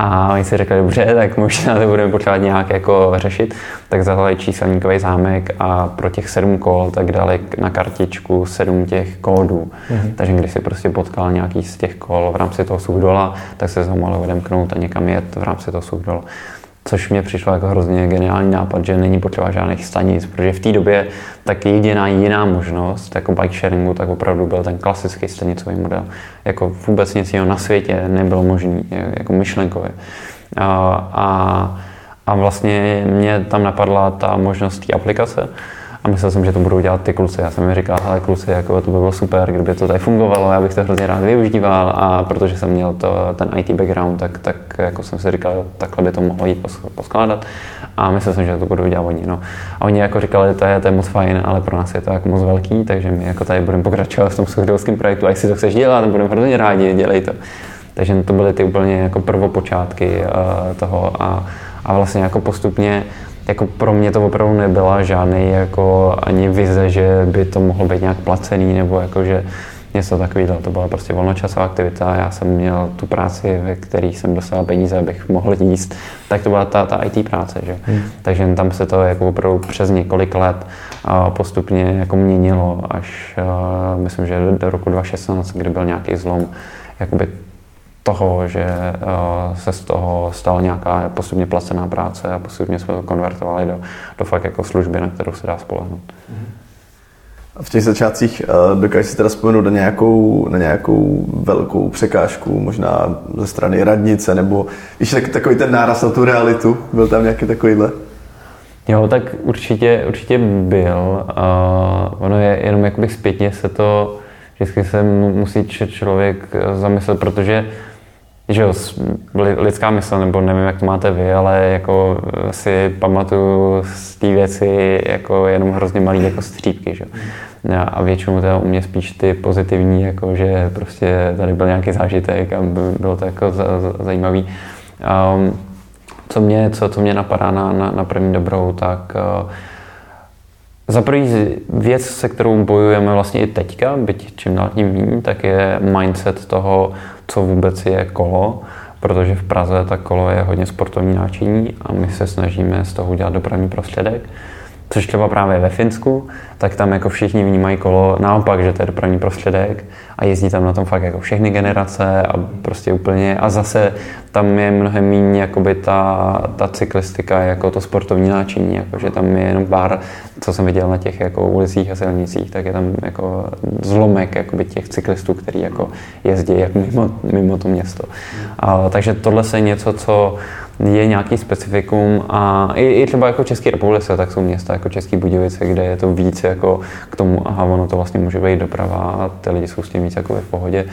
A oni si řekli, dobře, tak možná to budeme potřebovat nějak jako řešit. Tak zadali číselníkový zámek a pro těch sedm kol tak dali na kartičku sedm těch kódů. Mm-hmm. Takže když si prostě potkal nějaký z těch kol v rámci toho suchdola, tak se ho mohli odemknout a někam jet v rámci toho suchdola. Což mě přišlo jako hrozně geniální nápad, že není potřeba žádných stanic, protože v té době tak jediná jiná možnost jako bike sharingu, tak opravdu byl ten klasický stanicový model. Jako vůbec nic jiného na světě nebylo možné, jako myšlenkově. A, a, a vlastně mě tam napadla ta možnost té aplikace a myslel jsem, že to budou dělat ty kluci. Já jsem mi říkal, hele kluci, jako to by bylo super, kdyby to tady fungovalo, já bych to hrozně rád využíval a protože jsem měl to, ten í té background, tak, tak jako jsem si říkal, takhle by to mohlo jít poskládat a myslel jsem, že to budou dělat oni. No. A oni jako říkali, to je, to je moc fajn, ale pro nás je to jako moc velký, takže my jako tady budeme pokračovat v tom suchdelském projektu a jestli to chceš dělat, budeme hrozně rádi, dělej to. Takže to byly ty úplně jako prvopočátky uh, toho a, a vlastně jako postupně jako pro mě to opravdu nebyla žádný jako ani vize, že by to mohlo být nějak placený nebo jako, že něco takového. To byla prostě volnočasová aktivita. Já jsem měl tu práci, ve které jsem dostal peníze, abych mohl jíst. Tak to byla ta, ta í té práce, že? Hmm. Takže tam se to jako opravdu přes několik let postupně jako měnilo až myslím, že do roku dva tisíce šestnáct, kdy byl nějaký zlom jakoby toho, že uh, se z toho stala nějaká postupně placená práce a postupně jsme to konvertovali do, do fakt jako služby, na kterou se dá spolehnout. V těch začátcích uh, dokážeš si teda vzpomenout na nějakou, na nějakou velkou překážku, možná ze strany radnice, nebo víš, tak, takový ten náraz na tu realitu, byl tam nějaký takovýhle? Jo, tak určitě, určitě byl. Uh, ono je jenom jakoby zpětně se to vždycky se musí člověk zamyslet, protože že jo, lidská mysl, nebo nevím, jak to máte vy, ale jako si pamatuju z té věci jako jenom hrozně malý jako střípky, že? A většinou teda u mě spíš ty pozitivní, jako že prostě tady byl nějaký zážitek a bylo to jako zajímavý. Um, co mě, co, co mě napadá na, na, na první dobrou, tak uh, za první věc, se kterou bojujeme vlastně i teďka, byť čím dál tím méně, tak je mindset toho, co vůbec je kolo, protože v Praze ta kolo je hodně sportovní náčiní a my se snažíme z toho udělat dopravní prostředek. Což třeba právě ve Finsku, tak tam jako všichni vnímají kolo naopak, že to je dopravní prostředek a jezdí tam na tom fakt jako všechny generace a prostě úplně a zase tam je mnohem méně jakoby ta, ta cyklistika jako to sportovní náčiní, jakože tam je jenom pár, co jsem viděl na těch jako ulicích a silnicích, tak je tam jako zlomek jakoby těch cyklistů, který jako jezdí jako mimo, mimo to město. A, takže tohle je něco, co je nějaký specifikum a i, i třeba jako České republice, tak jsou města jako České Budějovice, kde je to víc jako k tomu, aha, ono to vlastně může být doprava a ty lidi jsou s tím víc jako v pohodě.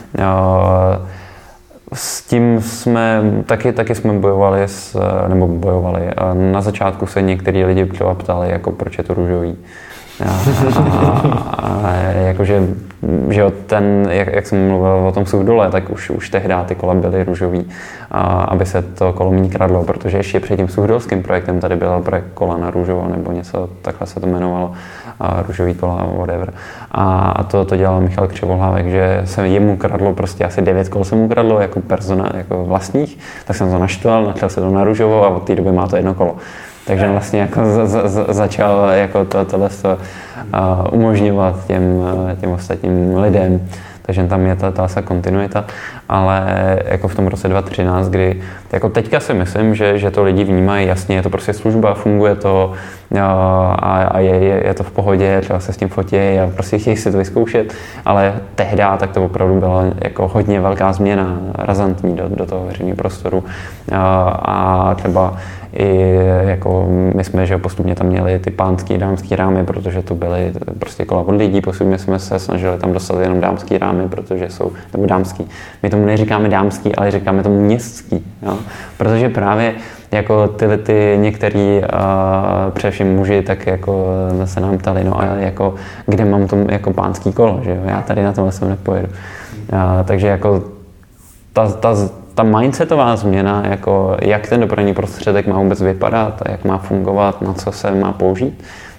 S tím jsme, taky, taky jsme bojovali, s, nebo bojovali. Na začátku se některý lidi třeba ptali, jako proč je to růžový. A, a, a jakože, že jo, ten, jak, jak jsem mluvil o tom suchdole, tak už, už tehdy ty kola byly růžový, a, aby se to kolo méně kradlo, protože ještě před tím suchdolským projektem tady byl projekt kola na růžovo, nebo něco takhle se to jmenovalo, a růžový kola, whatever. A to, to dělal Michal Křivohlávek, že se jemu kradlo prostě asi devět kol se mu kradlo jako persona, jako vlastních, tak jsem to naštval, načal se to na růžovo a od té doby má to jedno kolo. Takže vlastně jako za, za, začal jako to, tohle to, uh, umožňovat těm, těm ostatním lidem. Takže tam je ta, ta ta kontinuita, ale jako v tom roce dva tisíce třináct, kdy jako teďka si myslím, že, že to lidi vnímají jasně, je to prostě služba, funguje to a, a je, je, je to v pohodě, třeba se s tím fotí a prostě chtějí si to vyzkoušet, ale tehdy tak to opravdu byla jako hodně velká změna, razantní do, do toho veřejného prostoru a, a třeba i jako my jsme, že postupně tam měli ty pánský, dámský rámy, protože to byly prostě kola od lidí, postupně jsme se snažili tam dostat jenom dámský rámy, protože jsou, nebo dámský. My tomu neříkáme dámský, ale říkáme tomu městský, jo? Protože právě jako tyhle ty některý, uh, především muži, tak jako se nám ptali, no a jako kde mám to jako pánský kolo, že jo? Já tady na tomhle sem nepojedu. Uh, takže jako ta, ta ta mindsetová změna, jako jak ten dopravní prostředek má vůbec vypadat a jak má fungovat, na co se má použít,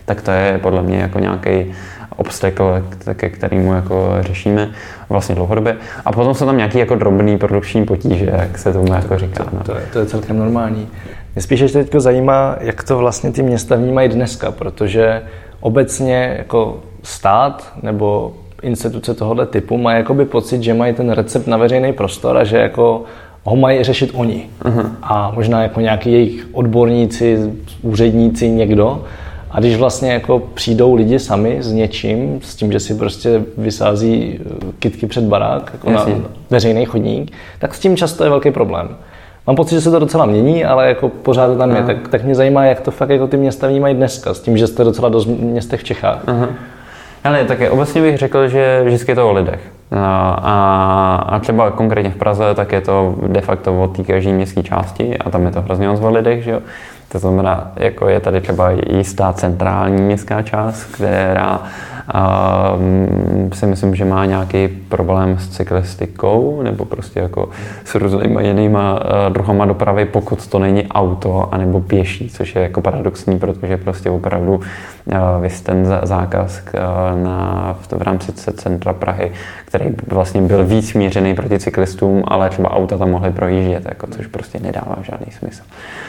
tak to je podle mě jako nějaký obstacle, ke kterému jako řešíme vlastně dlouhodobě. A potom jsou tam nějaký jako drobný produkční potíže, jak se tomu jako říká. To, to, je, to je celkem normální. Mě spíš ještě teď zajímá, jak to vlastně ty města vnímají dneska, protože obecně jako stát nebo instituce tohoto typu mají jakoby pocit, že mají ten recept na veřejný prostor a že jako ho mají řešit oni. Uh-huh. A možná jako nějaký jejich odborníci, úředníci, někdo. A když vlastně jako přijdou lidi sami s něčím, s tím, že si prostě vysází kytky před barák, jako na veřejný chodník, tak s tím často je velký problém. Mám pocit, že se to docela mění, ale jako pořád to tam je. Tak, tak mě zajímá, jak to fakt jako ty města vnímají dneska, s tím, že jste docela dost městech v Čechách. Uh-huh. Ale také obecně bych řekl, že vždycky je to o lidech. A, a třeba konkrétně v Praze, tak je to de facto o té každé městské části a tam je to hrozně moc o lidech, že jo. To znamená, jako je tady třeba jistá centrální městská část, která um, si myslím, že má nějaký problém s cyklistikou nebo prostě jako s různýma jinýma uh, druhama dopravy, pokud to není auto anebo pěší, což je jako paradoxní, protože prostě opravdu uh, vys ten zákaz uh, na, v, v rámci centra Prahy, který vlastně byl víc mířený proti cyklistům, ale třeba auta tam mohly projíždět, jako, což prostě nedává žádný smysl.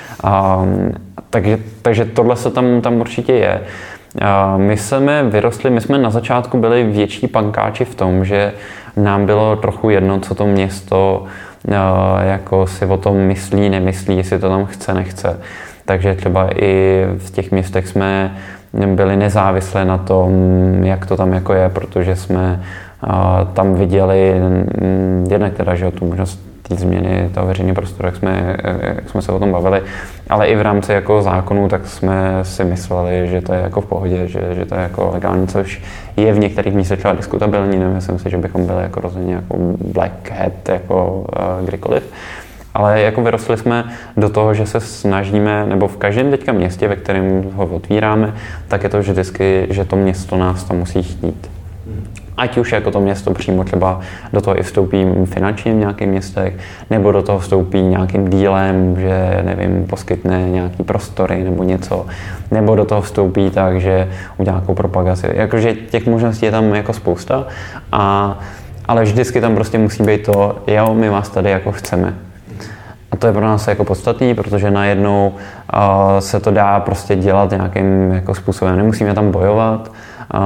Um, takže, takže tohle se tam, tam určitě je. Uh, my jsme vyrostli, my jsme na začátku byli větší pankáči v tom, že nám bylo trochu jedno, co to město uh, jako si o tom myslí, nemyslí, jestli to tam chce, nechce. Takže třeba i v těch městech jsme byli nezávislé na tom, jak to tam jako je, protože jsme uh, tam viděli um, jednak teda, že tu možnost té změny toho veřejného prostoru, jak jsme, jak jsme se o tom bavili, ale i v rámci jako zákonů, tak jsme si mysleli, že to je jako v pohodě, že, že to je jako legální, což je v některých místech třeba diskutabilní, nemyslím si, že bychom byli jako rozhodně jako black hat jako uh, kdykoliv. Ale jako vyrostli jsme do toho, že se snažíme, nebo v každém teďka městě, ve kterém ho otvíráme, tak je to vždycky, že to město nás tam musí chtít. Ať už jako to město přímo třeba do toho i vstoupí finančně v nějakých městech, nebo do toho vstoupí nějakým dílem, že nevím, poskytne nějaký prostory nebo něco, nebo do toho vstoupí tak, že udělá nějakou propagaci. Jakože těch možností je tam jako spousta, a, ale vždycky tam prostě musí být to, jo, my vás tady jako chceme. A to je pro nás jako podstatný, protože najednou uh, se to dá prostě dělat nějakým jako způsobem. Nemusíme tam bojovat, uh,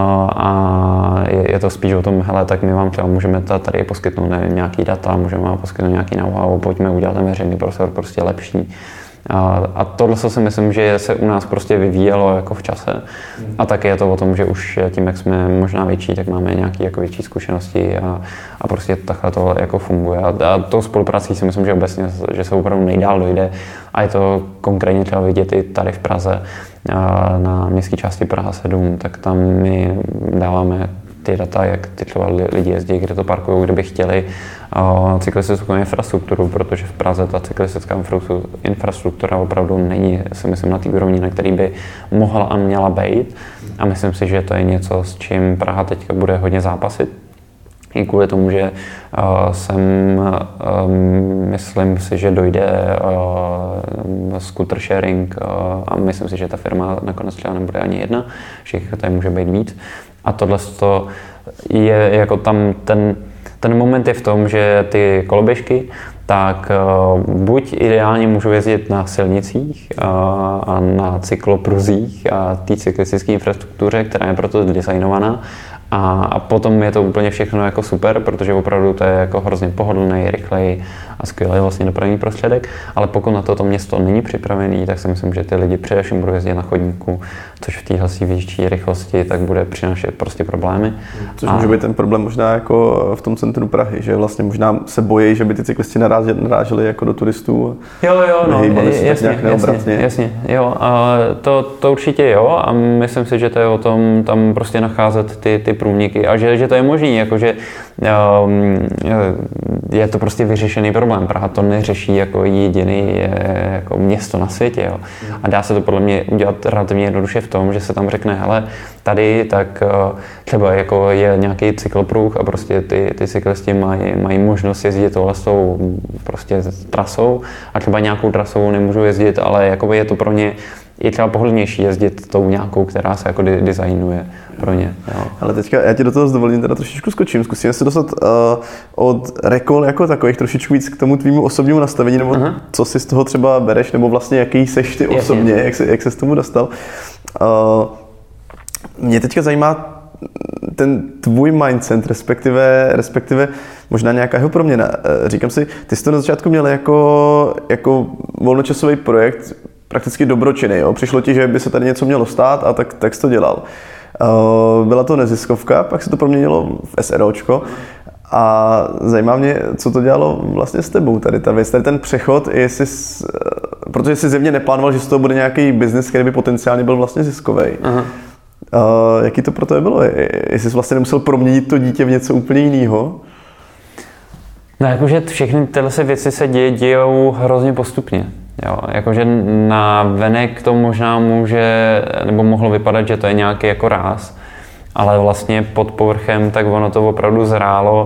a je, je to spíš o tom, hele, tak my vám třeba můžeme tady poskytnout ne, nějaký data, můžeme vám poskytnout nějaký know-how, pojďme udělat ten veřejný prostor prostě lepší. A tohle si myslím, že se u nás prostě vyvíjelo jako v čase. A taky je to o tom, že už tím, jak jsme možná větší, tak máme nějaké jako větší zkušenosti a, a prostě takhle to jako funguje. A, a tou spoluprací si myslím, že obecně, že se opravdu nejdál dojde. A je to konkrétně třeba vidět i tady v Praze na městské části Praha sedm, tak tam my dáváme ty data, jak ty třeba lidi jezdí, kde to parkují, kde by chtěli uh, cyklistickou infrastrukturu, protože v Praze ta cyklistická infrastruktura opravdu není, si myslím, na té úrovni, na který by mohla a měla být. A myslím si, že to je něco, s čím Praha teďka bude hodně zápasit. I kvůli tomu, že uh, jsem, um, myslím si, že dojde uh, scooter sharing uh, a myslím si, že ta firma nakonec třeba nebude ani jedna, že jich tady může být víc. A tohle je jako tam ten, ten moment je v tom, že ty koloběžky tak uh, buď ideálně můžou jezdit na silnicích uh, a na cyklopruzích a té cyklistické infrastruktuře, která je proto designovaná. A, a potom je to úplně všechno jako super, protože opravdu to je jako hrozně pohodlný, rychlej a skvělý vlastně dopravní prostředek, ale pokud na to to město není připravený, tak si myslím, že ty lidi především budou jezdit na chodníku, což v téhle větší rychlosti tak bude přinášet prostě problémy. Což a... může být ten problém možná jako v tom centru Prahy, že vlastně možná se bojí, že by ty cyklisti naráželi, naráželi jako do turistů. Jo, jo, no, jasně, jasně, jasně, jo, a to, to určitě jo, a myslím si, že to je o tom tam prostě nacházet ty, ty průniky a že, že to je možný, jakože um, je to prostě vyřešený problém. Praha to neřeší jako jediný jako město na světě. Jo. A dá se to podle mě udělat relativně jednoduše v tom, že se tam řekne, hele, tady tak třeba jako je nějaký cyklopruh a prostě ty, ty cyklisti mají, mají možnost jezdit tohle s tou prostě trasou a třeba nějakou trasou nemůžou jezdit, ale jakoby je to pro ně je třeba pohodlnější jezdit tou nějakou, která se jako designuje pro ně. Jo. Ale teďka já ti do toho s dovolením teda trošičku skočím. Zkusíme se dostat uh, od rekol jako takových trošičku víc k tomu tvýmu osobnímu nastavení, nebo uh-huh. co si z toho třeba bereš, nebo vlastně jaký seš ty osobně, jak se, jak se s tomu dostal. Uh, mě teďka zajímá ten tvůj mindset, respektive, respektive možná nějaká jeho proměna. Říkám si, ty jsi to na začátku měl jako, jako volnočasový projekt, prakticky dobročinný. Jo? Přišlo ti, že by se tady něco mělo stát a tak, tak jsi to dělal. Byla to neziskovka, pak se to proměnilo v SROčko a zajímá mě, co to dělalo vlastně s tebou tady ta věc, tady ten přechod, jestli jsi, protože jsi zjevně neplánoval, že z toho bude nějaký biznis, který by potenciálně byl vlastně ziskový. Aha. Uh, jaký to pro tebe bylo? Jestli jsi vlastně nemusel proměnit to dítě v něco úplně jiného? No jakože všechny tyhle věci se děj, dějou hrozně postupně. Jo, jakože na venek to možná může, nebo mohlo vypadat, že to je nějaký jako ráz, ale vlastně pod povrchem tak ono to opravdu zrálo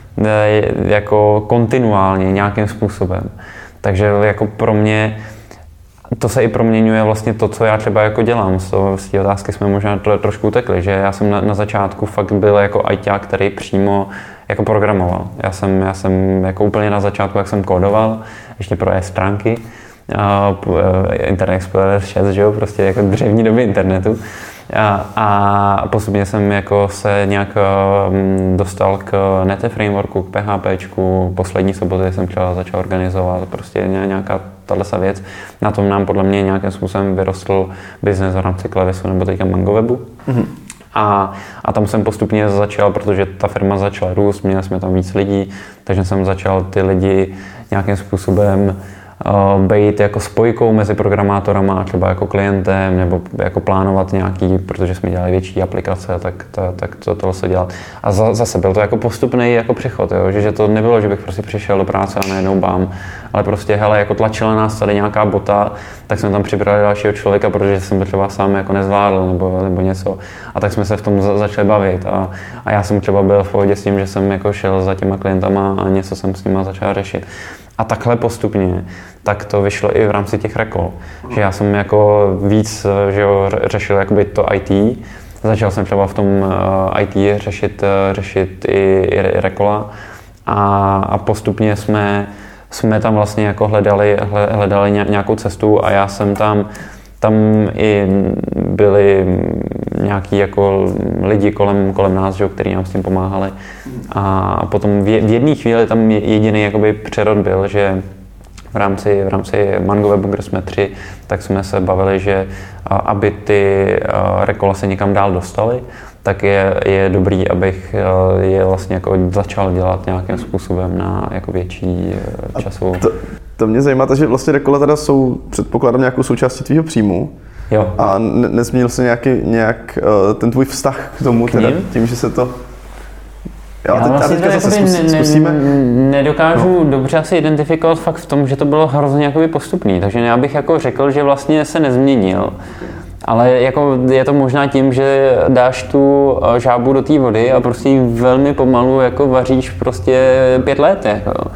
jako kontinuálně nějakým způsobem. Takže jako pro mě to se i proměňuje vlastně to, co já třeba jako dělám. Z toho, z té otázky jsme možná trošku utekli, že já jsem na, na začátku fakt byl jako ajťák, který přímo jako programoval. Já jsem, já jsem jako úplně na začátku, jak jsem kódoval, ještě pro e-stránky, Internet Explorer šest, že jo, prostě jako dřevní doby internetu. A, a postupně jsem jako se nějak um, dostal k Nete frameworku, k PHPčku. Poslední soboty jsem třeba začal organizovat prostě nějaká tato věc. Na tom nám podle mě nějakým způsobem vyrostl biznes v rámci Klevisu nebo teďka Mangowebu. Mm-hmm. A, a tam jsem postupně začal, protože ta firma začala růst, měli jsme tam víc lidí, takže jsem začal ty lidi nějakým způsobem Uh, být jako spojkou mezi programátorama a třeba jako klientem, nebo jako plánovat nějaký, protože jsme dělali větší aplikace, tak, ta, tak to, tohle se dělat. A za, zase byl to jako postupný jako přechod, jo? Že, že to nebylo, že bych prostě přišel do práce a najednou bám, ale prostě hele, jako tlačila nás tady nějaká bota, tak jsme tam přibrali dalšího člověka, protože jsem to třeba sám jako nezvládl nebo, nebo něco. A tak jsme se v tom za, začali bavit a, a já jsem třeba byl v pohodě s tím, že jsem jako šel za těma klientama a něco jsem s nima začal řešit. A takhle postupně, tak to vyšlo i v rámci těch rekol. Že já jsem jako víc že jo, řešil jakoby to í té. Začal jsem třeba v tom í té řešit, řešit i, i rekola. A, a postupně jsme, jsme tam vlastně jako hledali, hledali nějakou cestu a já jsem tam, tam i byli nějaký jako lidi kolem, kolem nás, že, kteří nám s tím pomáhali. A potom v jedné chvíli tam jediný jakoby přerod byl, že v rámci, v rámci Mangowebu, kde jsme tři, tak jsme se bavili, že aby ty rekola se někam dál dostaly, tak je, je dobrý, abych je vlastně jako začal dělat nějakým způsobem na jako větší časovou. To, to mě zajímá, že vlastně rekola teda jsou, předpokládám, nějakou součástí tvýho příjmu. Jo. A ne, nezměnil se nějaký, nějak ten tvůj vztah k tomu, k teda, tím, že se to... Jo, já teď, vlastně teďka zase zkusí, ne, zkusíme. Nedokážu no. dobře asi identifikovat fakt v tom, že to bylo hrozně jakoby postupný, takže já bych jako řekl, že vlastně se nezměnil. Ale jako je to možná tím, že dáš tu žábu do té vody a prostě ji velmi pomalu jako vaříš prostě pět let. Jako.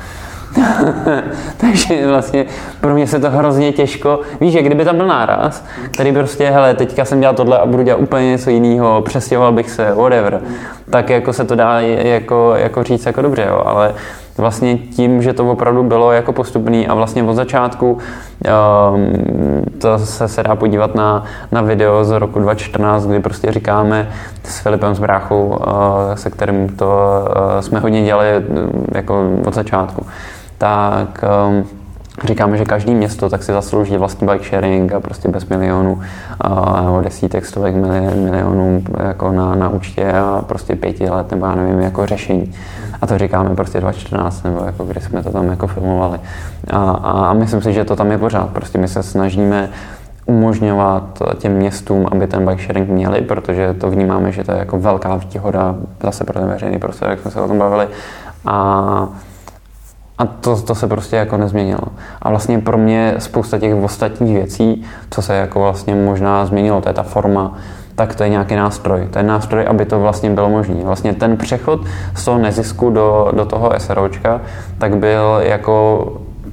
Takže vlastně pro mě se to hrozně těžko, víš, že kdyby tam byl náraz, který prostě, hele, teďka jsem dělal tohle a budu dělat úplně něco jiného, přestěhoval bych se, whatever, tak jako se to dá jako, jako říct jako dobře, jo, ale vlastně tím, že to opravdu bylo jako postupný a vlastně od začátku, um, to se, se dá podívat na, na video z roku dva tisíce čtrnáct, kdy prostě říkáme s Filipem, s bráchou, uh, se kterým to uh, jsme hodně dělali jako od začátku, tak um, říkáme, že každý město tak si zaslouží vlastní bike sharing a prostě bez milionů uh, desítek, stovek milionů jako na, na účtě a prostě pěti let nebo já nevím, jako řešení. A to říkáme prostě dva tisíce čtrnáct, nebo jako když jsme to tam jako filmovali. A, a myslím si, že to tam je pořád. Prostě my se snažíme umožňovat těm městům, aby ten bike sharing měli, protože to vnímáme, že to je jako velká výhoda zase pro ten veřejný prostor, jak jsme se o tom bavili. A A to, to se prostě jako nezměnilo. A vlastně pro mě spousta těch ostatních věcí, co se jako vlastně možná změnilo, to je ta forma, tak to je nějaký nástroj. To je nástroj, aby to vlastně bylo možné. Vlastně ten přechod z toho nezisku do, do toho SROčka, tak byl jako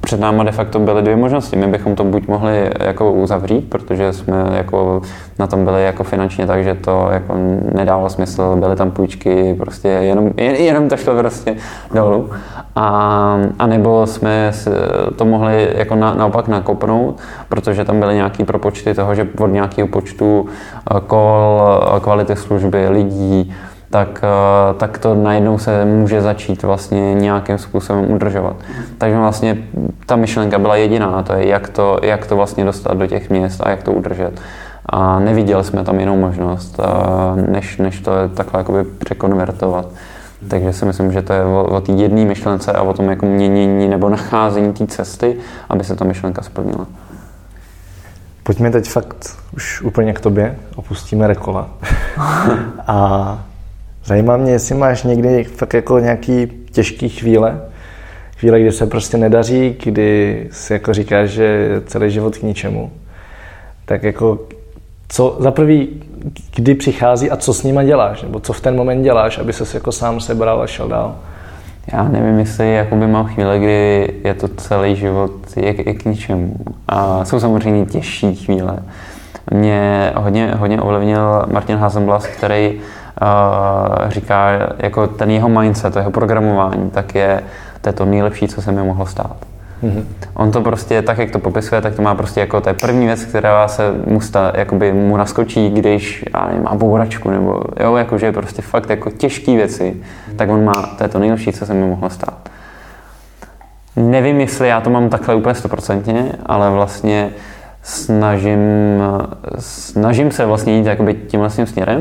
před náma de facto byly dvě možnosti. My bychom to buď mohli jako uzavřít, protože jsme jako na tom byli jako finančně tak, že to jako nedávalo smysl, byly tam půjčky, prostě jenom, jenom to šlo prostě dolů. A, a nebo jsme to mohli jako na, naopak nakopnout, protože tam byly nějaké propočty toho, že od nějakého počtu kol, kvality služby, lidí, tak, tak to najednou se může začít vlastně nějakým způsobem udržovat. Takže vlastně ta myšlenka byla jediná, to je jak to, jak to vlastně dostat do těch měst a jak to udržet. A neviděli jsme tam jinou možnost, než, než to takhle jakoby překonvertovat. Takže si myslím, že to je o, o té jedné myšlence a o tom jako měnění nebo nacházení té cesty, aby se ta myšlenka splnila. Pojďme teď fakt už úplně k tobě, opustíme Rekola. A zajímá mě, jestli máš někdy fakt jako nějaký těžký chvíle, chvíle, kdy se prostě nedaří, kdy si jako říkáš, že je celý život k ničemu. Tak jako, co za prvý, kdy přichází a co s nima děláš, nebo co v ten moment děláš, aby ses jako sám sebral a šel dál? Já nevím, jestli jakoby mám chvíle, kdy je to celý život je, je k ničemu. A jsou samozřejmě těžší chvíle. Mě hodně, hodně ovlivnil Martin Hasenblas, který uh, říká, jako ten jeho mindset, to jeho programování, tak je to, je to nejlepší, co se mi mohlo stát. Mm-hmm. On to prostě, tak jak to popisuje, tak to má prostě jako, to je první věc, která se mu, sta, jakoby mu naskočí, když já nevím, má bouračku, nebo jo, jakože prostě fakt jako těžké věci, mm-hmm. tak on má, to je to nejlepší, co se mi mohlo stát. Nevím, jestli já to mám takhle úplně stoprocentně, ale vlastně snažím, snažím se vlastně jít jakoby tímhle tím směrem.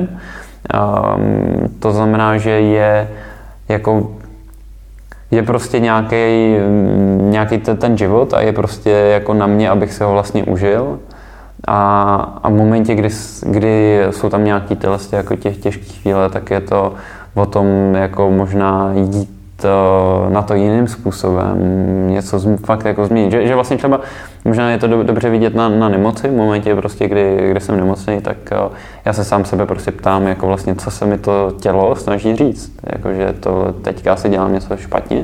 Um, to znamená, že je jako je prostě nějaký, nějaký ten, ten život a je prostě jako na mě, abych se ho vlastně užil. A, a v momentě, kdy, kdy jsou tam nějaký tyhle jako těch těžkých chvíle, tak je to o tom jako možná jít na to jiným způsobem, něco fakt jako změnit. Že, že vlastně třeba možná je to do, dobře vidět na, na nemoci, v momentě prostě, kdy, kdy jsem nemocný, tak já se sám sebe prostě ptám, jako vlastně, co se mi to tělo snaží říct. Jako, že to teďka asi dělám něco špatně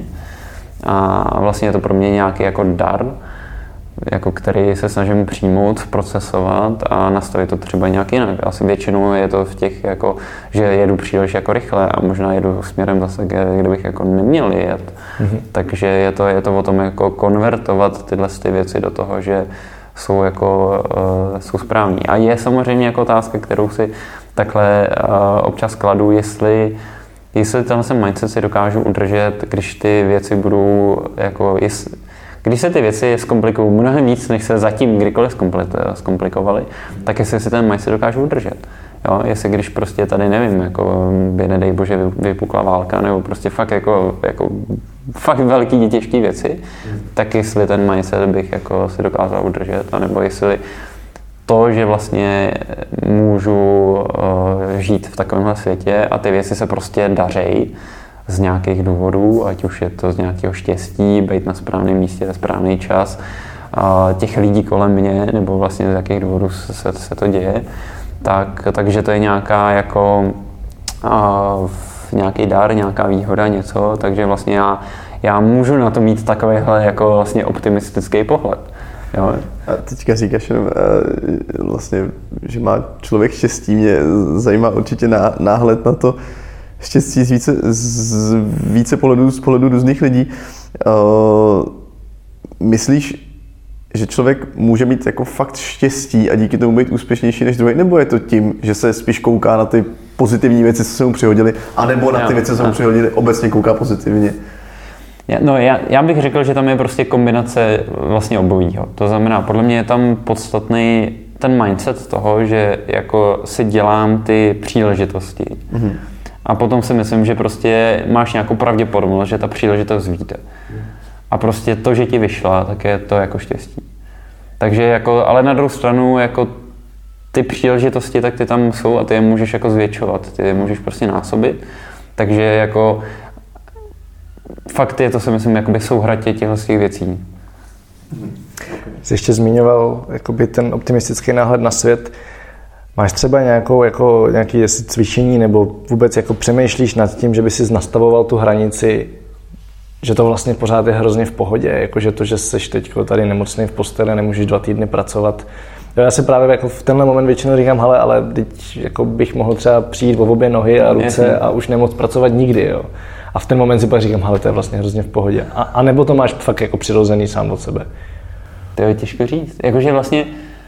a vlastně je to pro mě nějaký jako dar, jako který se snažím přijmout, procesovat a nastavit to třeba nějak jinak. Asi většinou je to v těch, jako, že jedu příliš jako rychle a možná jedu směrem zase, kde bych jako neměl jet. Mm-hmm. Takže je to, je to o tom jako konvertovat tyhle ty věci do toho, že jsou, jako, uh, jsou správní. A je samozřejmě jako otázka, kterou si takhle uh, občas kladu, jestli jestli tenhle mindset si dokážu udržet, když ty věci budou jako, jestli, když se ty věci zkomplikují mnohem víc, než se zatím kdykoliv zkomplikovaly, tak jestli si ten mindset dokážu udržet. Jo? Jestli když prostě tady nevím, jako by nedej bože vypukla válka, nebo prostě fakt jako, jako fakt velký těžké věci, mm. tak jestli ten mindset bych jako si dokázal udržet, anebo jestli to, že vlastně můžu uh, žít v takovémhle světě a ty věci se prostě dařejí z nějakých důvodů, ať už je to z nějakého štěstí, být na správném místě ve správný čas, uh, těch lidí kolem mě, nebo vlastně z jakých důvodů se, se to děje, tak, takže to je nějaká jako uh, nějaký dar, nějaká výhoda, něco, takže vlastně já, já můžu na to mít takovýhle jako vlastně optimistický pohled. Jo. A teďka říkáš jenom, vlastně, že má člověk štěstí, mě zajímá určitě náhled na to štěstí z více, z více pohledů, z pohledu různých lidí. Myslíš, že člověk může mít jako fakt štěstí a díky tomu být úspěšnější než druhý, nebo je to tím, že se spíš kouká na ty pozitivní věci, co se mu přihodily, anebo na ty věci, co se mu přihodily, obecně kouká pozitivně? No, já, já bych řekl, že tam je prostě kombinace vlastně obojího. To znamená, podle mě je tam podstatný ten mindset toho, že jako si dělám ty příležitosti. Mm-hmm. A potom si myslím, že prostě máš nějakou pravděpodobnost, že ta příležitost vyjde. A prostě to, že ti vyšla, tak je to jako štěstí. Takže jako, ale na druhou stranu, jako ty příležitosti, tak ty tam jsou a ty je můžeš jako zvětšovat, ty je můžeš prostě násobit. Takže jako fakt je to, si myslím, jakoby souhratě těchto těch věcí. Jsi ještě zmiňoval jakoby ten optimistický náhled na svět. Máš třeba nějakou, jako, nějaké cvičení nebo vůbec jako přemýšlíš nad tím, že by si nastavoval tu hranici že to vlastně pořád je hrozně v pohodě, jakože to, že jsi teď tady nemocný v posteli, nemůžeš dva týdny pracovat. Já si právě jako v tenhle moment většinou říkám, hele, ale teď jako bych mohl třeba přijít o obě nohy a ruce a už nemoc pracovat nikdy, jo. A v ten moment si pak říkám, hele, to je vlastně hrozně v pohodě. A, a nebo to máš fakt jako přirozený sám od sebe. To je těžko říct. Jakože vlastně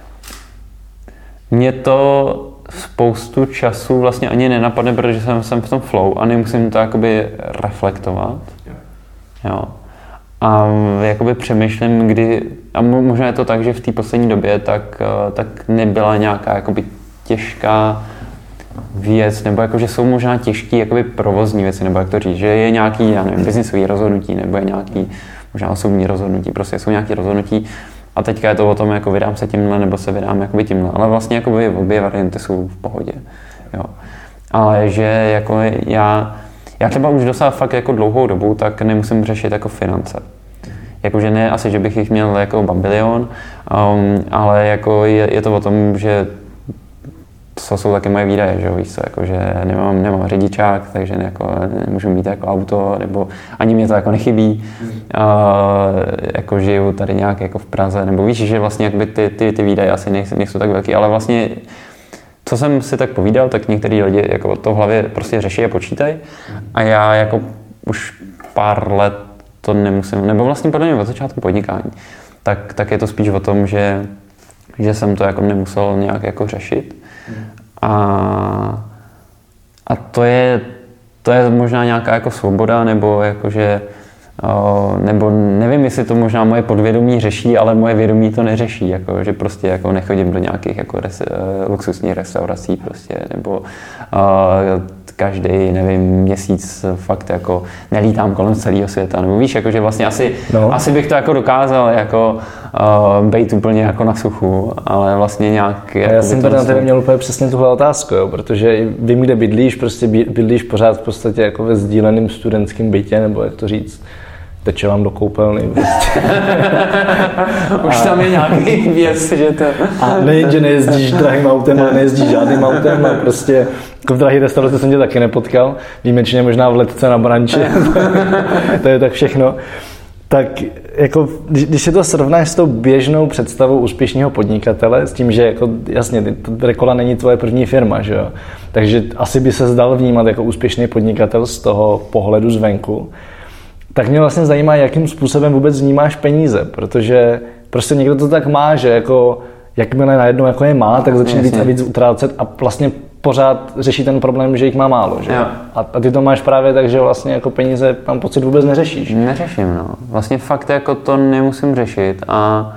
mě to spoustu času vlastně ani nenapadne, protože jsem, jsem v tom flow a nemusím to jakoby reflektovat. Jo. A jakoby přemýšlím, kdy, a možná je to tak, že v té poslední době tak, tak nebyla nějaká jakoby těžká věc, nebo jako, že jsou možná těžké jakoby provozní věci, nebo jak to říct, že je nějaký, já nevím, biznisový rozhodnutí, nebo je nějaký možná osobní rozhodnutí, prostě jsou nějaké rozhodnutí a teďka je to o tom, jako vydám se tímhle, nebo se vydám jakoby tímhle, ale vlastně jakoby obě varianty jsou v pohodě, jo. Ale že jako já, já třeba už docela fakt jako dlouhou dobu, tak nemusím řešit jako finance. Jakože ne asi, že bych jich měl jako babilion, um, ale jako je, je to o tom, že to jsou taky moje výdaje, že jo, víš co, jakože nemám, nemám řidičák, takže jako nemůžu mít jako auto, nebo ani mě to jako nechybí, mm. uh, jako žiju tady nějak jako v Praze, nebo víš, že vlastně jakby ty, ty, ty výdaje asi nejsou, nejsou tak velký, ale vlastně co jsem si tak povídal, tak některý lidi jako to v hlavě prostě řeší a počítají a já jako už pár let to nemusím, nebo vlastně podle mě od začátku podnikání, tak, tak je to spíš o tom, že, že jsem to jako nemusel nějak jako řešit. A, a to je, to je možná nějaká jako svoboda, nebo jakože, nebo nevím, jestli to možná moje podvědomí řeší, ale moje vědomí to neřeší, jako, že prostě jako nechodím do nějakých jako res, luxusních restaurací prostě, nebo uh, každý, nevím, měsíc fakt jako nelítám kolem celého světa, nebo víš, jako, že vlastně asi, no. asi bych to jako dokázal jako uh, být úplně jako na suchu, ale vlastně nějak... Já jsem tady na tebe měl úplně přesně tuhle otázku, jo, protože vím, kde bydlíš, prostě bydlíš pořád v podstatě jako ve sdíleném studentském bytě, nebo jak to říct, teče vám do koupelny. Prostě. Už tam je nějaký věc, že to... A nejen, že nejezdíš drahým autem, ale nejezdíš žádným autem a prostě jako v drahý restauraci jsem tě taky nepotkal, výjimečně možná v letce na branči, to je tak všechno. Tak jako, když si to srovnáš s tou běžnou představou úspěšného podnikatele, s tím, že jako, jasně, Rekola není tvoje první firma, že jo? Takže asi by se zdal vnímat jako úspěšný podnikatel z toho pohledu zvenku. Tak mě vlastně zajímá, jakým způsobem vůbec vnímáš peníze, protože prostě někdo to tak má, že jako jakmile najednou jako je má, tak začne víc a víc utrácet a vlastně pořád řeší ten problém, že jich má málo, že? A, a ty to máš právě tak, že vlastně jako peníze, mám pocit, vůbec neřešíš. Neřeším, no. Vlastně fakt jako to nemusím řešit a,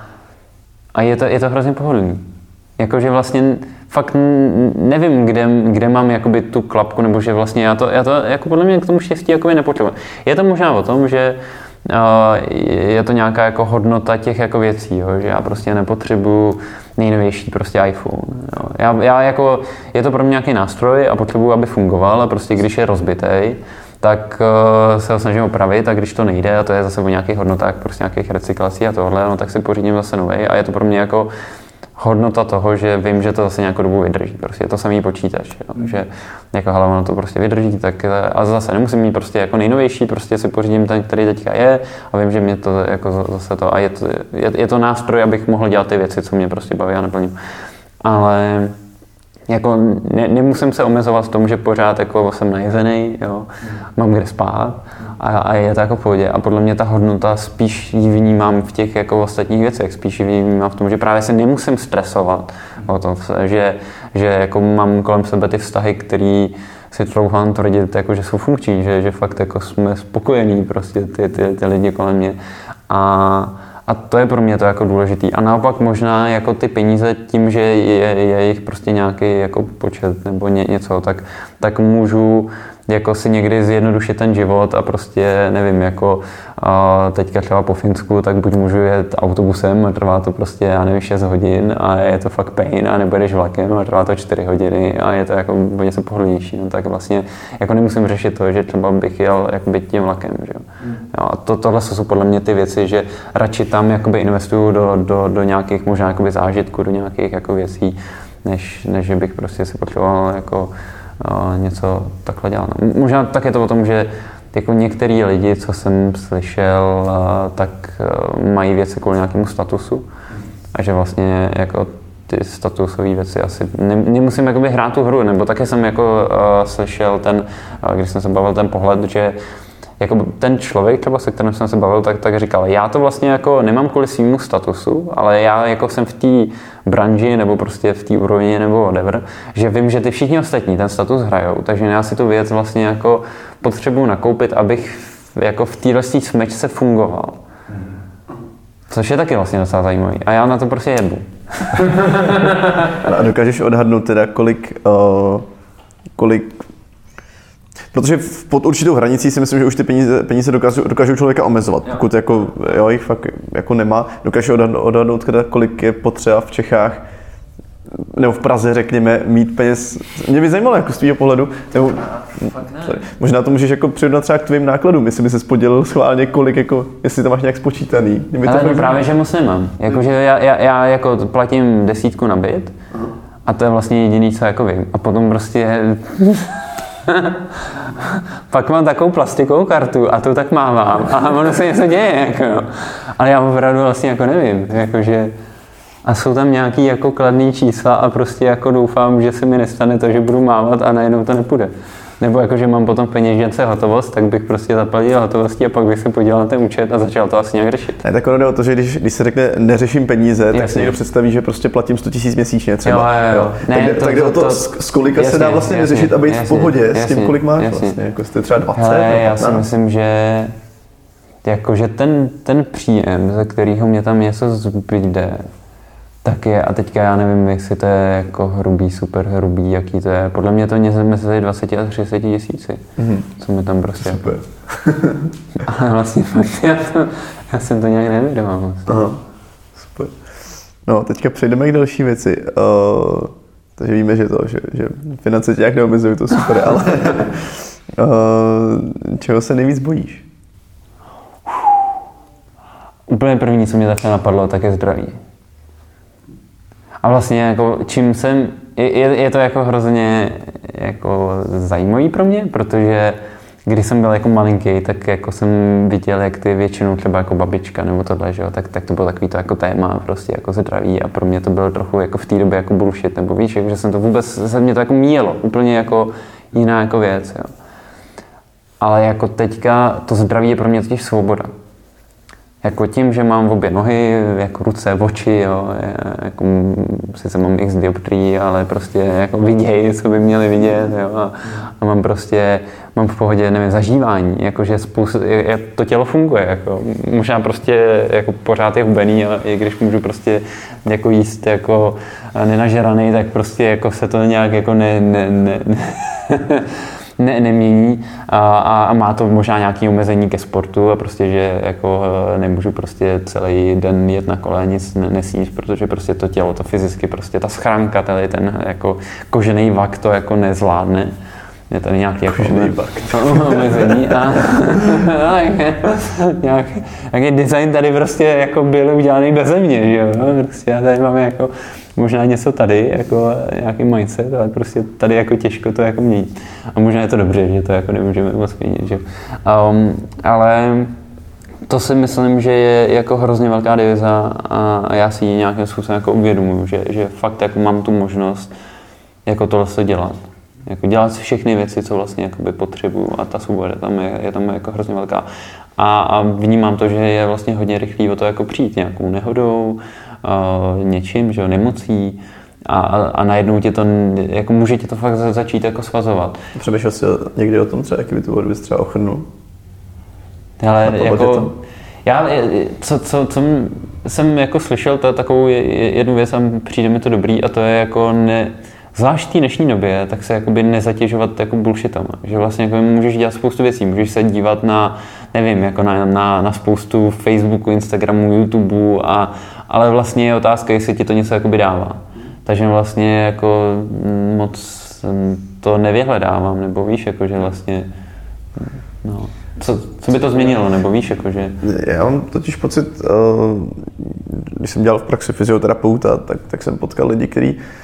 a je to, je to hrozně pohodlný. Jakože vlastně fakt nevím, kde, kde mám jakoby tu klapku, nebo že vlastně já to, já to jako podle mě k tomu štěstí jakoby nepotřebuji. Je to možná o tom, že uh, je to nějaká jako hodnota těch jako věcí, jo, že já prostě nepotřebuju nejnovější prostě iPhone. Jo. Já, já jako, je to pro mě nějaký nástroj a potřebuju, aby fungoval a prostě když je rozbitej, tak uh, se ho snažím opravit a když to nejde a to je zase o nějakých hodnotách, prostě nějakých recyklací a tohle, no tak si pořídím zase novej a je to pro mě jako hodnota toho, že vím, že to zase nějakou dobu vydrží. Prostě je to samý počítač, jo. Že jako hele, ono to prostě vydrží, tak a zase nemusím mít prostě jako nejnovější, prostě si pořídím ten, který teďka je a vím, že mě to jako zase to a je to, je, je to nástroj, abych mohl dělat ty věci, co mě prostě baví a naplním. Ale jako ne, nemusím se omezovat v tom, že pořád jako jsem najezený, jo, mám kde spát a, a je to jako v pohodě. A podle mě ta hodnota spíš ji vnímám v těch jako ostatních věcech, spíš ji vnímám v tom, že právě se nemusím stresovat o to, že, že jako mám kolem sebe ty vztahy, který si troufám tvrdit, jako, že jsou funkční, že, že fakt jako jsme spokojení prostě ty, ty, ty lidi kolem mě. A A to je pro mě to jako důležitý. A naopak možná jako ty peníze tím, že je, je jich prostě nějaký jako počet nebo ně, něco, tak, tak můžu jako si někdy zjednodušit ten život a prostě nevím, jako a teďka třeba po Finsku, tak buď můžu jet autobusem a trvá to prostě, já nevím, šest hodin a je to fakt pain, a nebo jdeš vlakem a trvá to čtyři hodiny a je to jako něco pohodlnější, no tak vlastně jako nemusím řešit to, že třeba bych jel jakoby tím vlakem, že jo. Mm. Jo, a to, tohle jsou podle mě ty věci, že radši tam jakoby investuju do, do, do nějakých možná jakoby zážitků, do nějakých jako věcí, než, než že bych prostě si potřeboval jako něco takhle dělat. Možná tak je to o tom, že jako některý lidi, co jsem slyšel, tak mají věci kvůli nějakému statusu a že vlastně jako ty statusové věci asi ne, nemusím jakoby hrát tu hru, nebo také jsem jako uh, slyšel ten, uh, když jsem se bavil ten pohled, že jako ten člověk třeba, se kterým jsem se bavil, tak, tak říkal, já to vlastně jako nemám kvůli svýmu statusu, ale já jako jsem v té branži nebo prostě v té úrovni nebo whatever, že vím, že ty všichni ostatní ten status hrajou, takže já si tu věc vlastně jako potřebuji nakoupit, abych jako v téhle smečce fungoval. Což je taky vlastně docela zajímavý. A já na to prostě jebu. A dokážeš odhadnout teda, kolik, uh, kolik protože pod určitou hranicí si myslím, že už ty peníze, peníze dokážou, dokážou člověka omezovat. Jo. Pokud jako, jo, jich fakt jako nemá, dokážeš odhadnout, odhadnout teda, kolik je potřeba v Čechách nebo v Praze, řekněme, mít peněz. Mě by zajímalo jako z tvýho pohledu, nebo, sorry, možná to můžeš jako přirovnat třeba k tvým nákladům, jestli by se podělil schválně kolik, jako, jestli to máš nějak spočítaný. Ale no právě, že moc nemám. Jakože já, já, já jako platím desítku na byt a to je vlastně jediný, co jako vím. A potom prostě pak mám takovou plastikovou kartu a tu tak mávám a ono se něco děje, jako. Ale já opravdu vlastně jako nevím, jakože a jsou tam nějaký jako kladný čísla a prostě jako doufám, že se mi nestane to, že budu mávat a najednou to nepůjde. Nebo jako, že mám potom v peněžence hotovost, tak bych prostě zaplatil hotovostí a pak bych se podíval na ten účet a začal to asi nějak řešit. Ne, tak ono jde o to, že když, když se řekne neřeším peníze, jasně, tak si někdo představí, že prostě platím sto tisíc měsíčně třeba. Jo, jo, jo. Ne, tak jde, to, tak jde to, o to, to, z kolika jasně, se dá vlastně jasně, vyřešit a být jasně, v pohodě jasně, s tím, kolik máš jasně. Vlastně. Jako jste třeba dvacet. Hele, já si myslím, že jakože ten, ten příjem, ze kterého mě tam něco zbyde, tak je, a teďka já nevím, jestli to je jako hrubý, super hrubý, jaký to je. Podle mě to něco mezi dvacet a třicet tisíci, mm-hmm. co mi tam prostě... Super. Ale vlastně fakt, já, to, já jsem to nějak nevědomal. Vlastně. Aha, super. No, teďka přejdeme k další věci. Uh, takže víme, že to, že, že finance tě nějak neomezují, to super, ale uh, čeho se nejvíc bojíš? Úplně první, co mě takhle napadlo, tak je zdraví. A vlastně jako čím jsem, je, je to jako hrozně jako zajímavý pro mě, protože když jsem byl jako malinký, tak jako jsem viděl, jak ty většinou třeba jako babička nebo tohle, že jo, tak, tak to bylo takový to jako téma prostě jako zdraví a pro mě to bylo trochu jako v té době jako bullshit, nebo víš, jako, že jsem to vůbec, se mě to jako míjelo, úplně jako jiná jako věc, jo. Ale jako teďka to zdraví je pro mě totiž svoboda. Jako tím, že mám obě nohy, jako ruce, oči, jo, jako sice mám x dioptrií, ale prostě jako vidějí, co by měli vidět, jo, a, a mám prostě, mám v pohodě, nevím, zažívání, jakože spoustu, jak to tělo funguje, jako možná prostě jako pořád je hubený, ale i když můžu prostě jako jíst jako nenažeraný, tak prostě jako se to nějak jako ne, ne, ne, ne Ne, nemění a, a má to možná nějaké omezení ke sportu a prostě, že jako nemůžu prostě celý den jet na kole, nic nesníst, protože prostě to tělo, to fyzicky prostě ta schránka, tady ten jako kožený vak to jako nezvládne. Je tady nějaký jako omezení a nějaký, nějaký design tady prostě jako byl udělaný beze mě, že jo, prostě já tady mám jako možná něco tady, jako nějaký mindset, ale prostě tady jako těžko to jako měnit. A možná je to dobře, že to jako nemůžeme moc měnit, že um, ale to si myslím, že je jako hrozně velká diviza a já si ji nějakým způsobem jako uvědomuji, že, že fakt jako mám tu možnost jako tohle dělat. Jako dělat si všechny věci, co vlastně jakoby potřebuju a ta svoboda tam je, je tam jako hrozně velká. A, a vnímám to, že je vlastně hodně rychlý o to jako přijít nějakou nehodou, uh, něčím, že jo, nemocí a, a, a najednou tě to, jako může tě to fakt začít jako svazovat. Přemýšlel jsi někdy o tom třeba, jaký by to bylo, bys třeba ochrnul? Ale jako, já, co, co, co jsem jako slyšel, to takovou jednu věc a přijde mi to dobrý a to je jako ne, zvlášť v té dnešní době, tak se jakoby nezatěžovat jako bullshitama, že vlastně jako můžeš dělat spoustu věcí, můžeš se dívat na, nevím, jako na, na, na spoustu Facebooku, Instagramu, YouTubeu, a, ale vlastně je otázka, jestli ti to něco jakoby dává. Takže vlastně jako moc to nevyhledávám, nebo víš, jako, že vlastně, no, co, co by to změnilo, nebo víš, jako, že... Já mám totiž pocit, když jsem dělal v praxi fyzioterapeuta, tak, tak jsem potkal lidi, kteří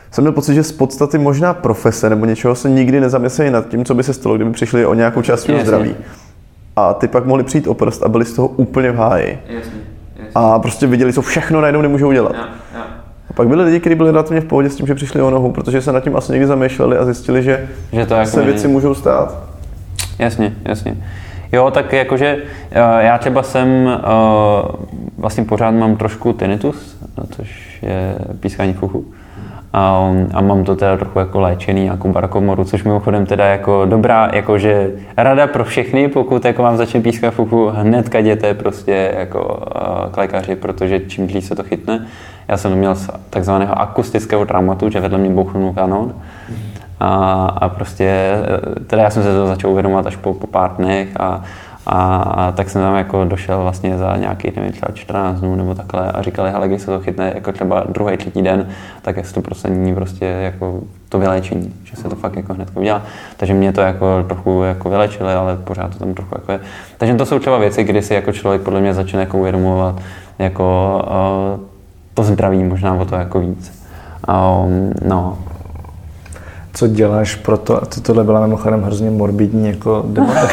jsem měl pocit, že z podstaty možná profese nebo něčeho se nikdy nezamysleli nad tím, co by se stalo, kdyby přišli o nějakou část svého zdraví. A ty pak mohli přijít o prst a byli z toho úplně v háji. Jasně, jasně. A prostě viděli, co všechno najednou nemůžou dělat. Ja, ja. A pak byli lidi, kteří byli relativně v pohodě s tím, že přišli o nohu, protože se nad tím asi někdy zamýšleli a zjistili, že, že to jako se věci není. Můžou stát. Jasně, jasně. Jo, tak jakože já třeba jsem, vlastně pořád mám trošku tinnitus, což je pískání v uchu. A, a mám to teda trochu jako léčený, nějakou barkomoru, což mimochodem teda jako dobrá, jakože rada pro všechny, pokud jako vám začne pískat v uchu, hnedka jděte prostě jako k lékaři, protože čím dřív se to chytne. Já jsem to měl z takzvaného akustického traumatu, že vedle mě bouchnul kanon. A, a prostě, teda já jsem se to začal uvědomovat až po, po pár dnech a, a, a tak jsem tam jako došel vlastně za nějaký, nevím, třeba čtrnáct dnů nebo takhle a říkali, hele, když se to chytne jako třeba druhý, třetí den, tak je sto procent prostě jako to vyléčení, že se to fakt jako hned udělá. Takže mě to jako trochu jako vylečili, ale pořád to tam trochu jako je. Takže to jsou třeba věci, kdy si jako člověk podle mě začne jako uvědomovat jako uh, to zdraví možná o to jako víc. Um, no. Co děláš pro to, to tohle byla mimochodem hrozně morbidní jako debata.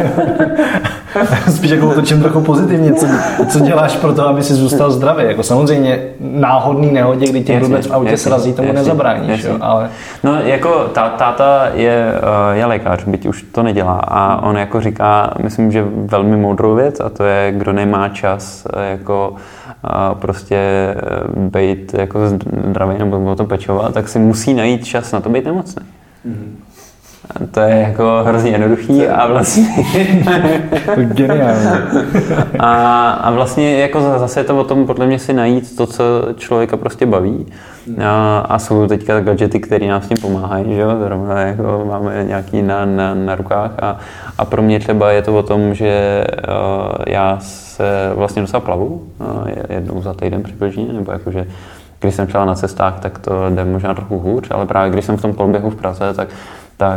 Spíš jako otočím trochu pozitivně, co, co děláš pro to, aby si zůstal zdravý. Jako samozřejmě náhodný nehodě, kdy tě vůbec v autě srazí, tomu jasný, nezabráníš. Jasný. Jo, ale... No jako tá, táta je, je lékař, byť už to nedělá a on jako říká, myslím, že velmi moudrou věc a to je, kdo nemá čas jako a prostě být jako zdravý nebo o to pečovat, tak si musí najít čas na to být nemocný. Mm-hmm. A to je jako hrozně jednoduchý a vlastně geniální. a, a vlastně jako zase je to o tom podle mě si najít to, co člověka prostě baví. A, a jsou teďka gadgety, které nám s tím pomáhají, že jo, zrovna jako máme nějaký na, na, na rukách a, a pro mě třeba je to o tom, že uh, já se vlastně docela plavu uh, jednou za týden přibližně, nebo jakože když jsem třeba na cestách, tak to jde možná trochu hůř, ale právě když jsem v tom koloběhu v Praze, tak tak